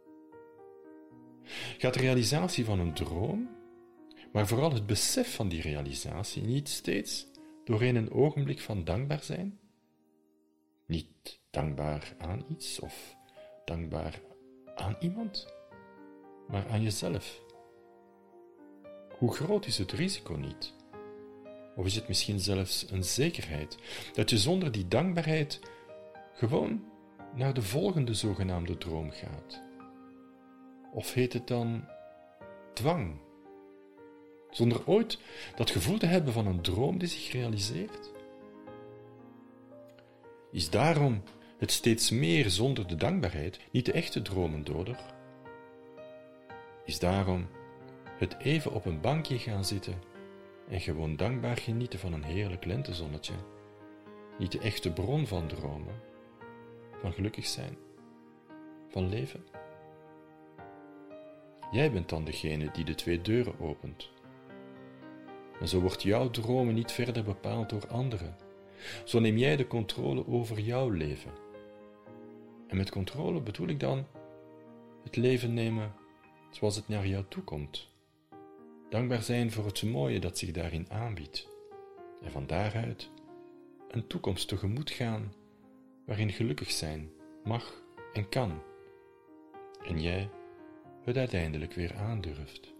Speaker 1: Gaat de realisatie van een droom, maar vooral het besef van die realisatie, niet steeds doorheen een ogenblik van dankbaar zijn? Niet dankbaar aan iets of dankbaar aan iemand, maar aan jezelf. Hoe groot is het risico niet? Of is het misschien zelfs een zekerheid dat je zonder die dankbaarheid gewoon naar de volgende zogenaamde droom gaat? Of heet het dan dwang? Zonder ooit dat gevoel te hebben van een droom die zich realiseert? Is daarom het steeds meer zonder de dankbaarheid niet de echte dromendoder? Is daarom het even op een bankje gaan zitten en gewoon dankbaar genieten van een heerlijk lentezonnetje niet de echte bron van dromen, van gelukkig zijn, van leven? Jij bent dan degene die de 2 deuren opent. En zo wordt jouw dromen niet verder bepaald door anderen. Zo neem jij de controle over jouw leven. En met controle bedoel ik dan het leven nemen zoals het naar jou toe komt. Dankbaar zijn voor het mooie dat zich daarin aanbiedt. En van daaruit een toekomst tegemoet gaan waarin gelukkig zijn mag en kan. En jij het uiteindelijk weer aandurft.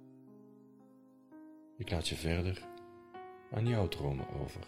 Speaker 1: Ik laat je verder aan jouw dromen over.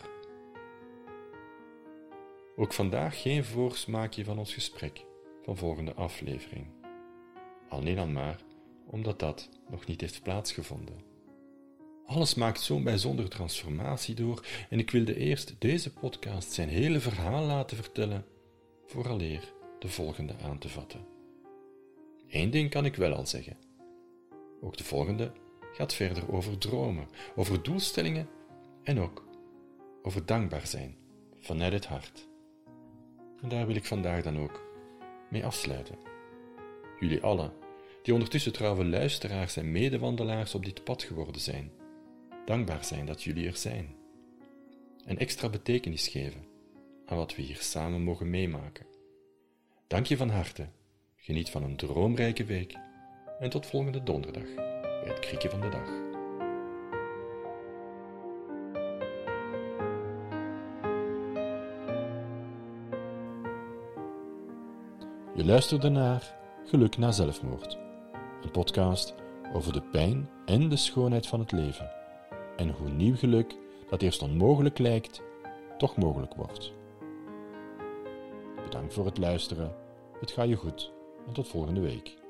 Speaker 1: Ook vandaag geen voorsmaakje van ons gesprek van volgende aflevering. Alleen dan maar omdat dat nog niet heeft plaatsgevonden. Alles maakt zo'n bijzondere transformatie door en ik wilde eerst deze podcast zijn hele verhaal laten vertellen, vooraleer de volgende aan te vatten. Eén ding kan ik wel al zeggen. Ook de volgende gaat verder over dromen, over doelstellingen en ook over dankbaar zijn vanuit het hart. En daar wil ik vandaag dan ook mee afsluiten. Jullie allen, die ondertussen trouwe luisteraars en medewandelaars op dit pad geworden zijn, dankbaar zijn dat jullie er zijn. En extra betekenis geven aan wat we hier samen mogen meemaken. Dank je van harte, geniet van een droomrijke week en tot volgende donderdag bij het krieken van de dag. Je luisterde naar Geluk na zelfmoord, een podcast over de pijn en de schoonheid van het leven en hoe nieuw geluk, dat eerst onmogelijk lijkt, toch mogelijk wordt. Bedankt voor het luisteren, het gaat je goed en tot volgende week.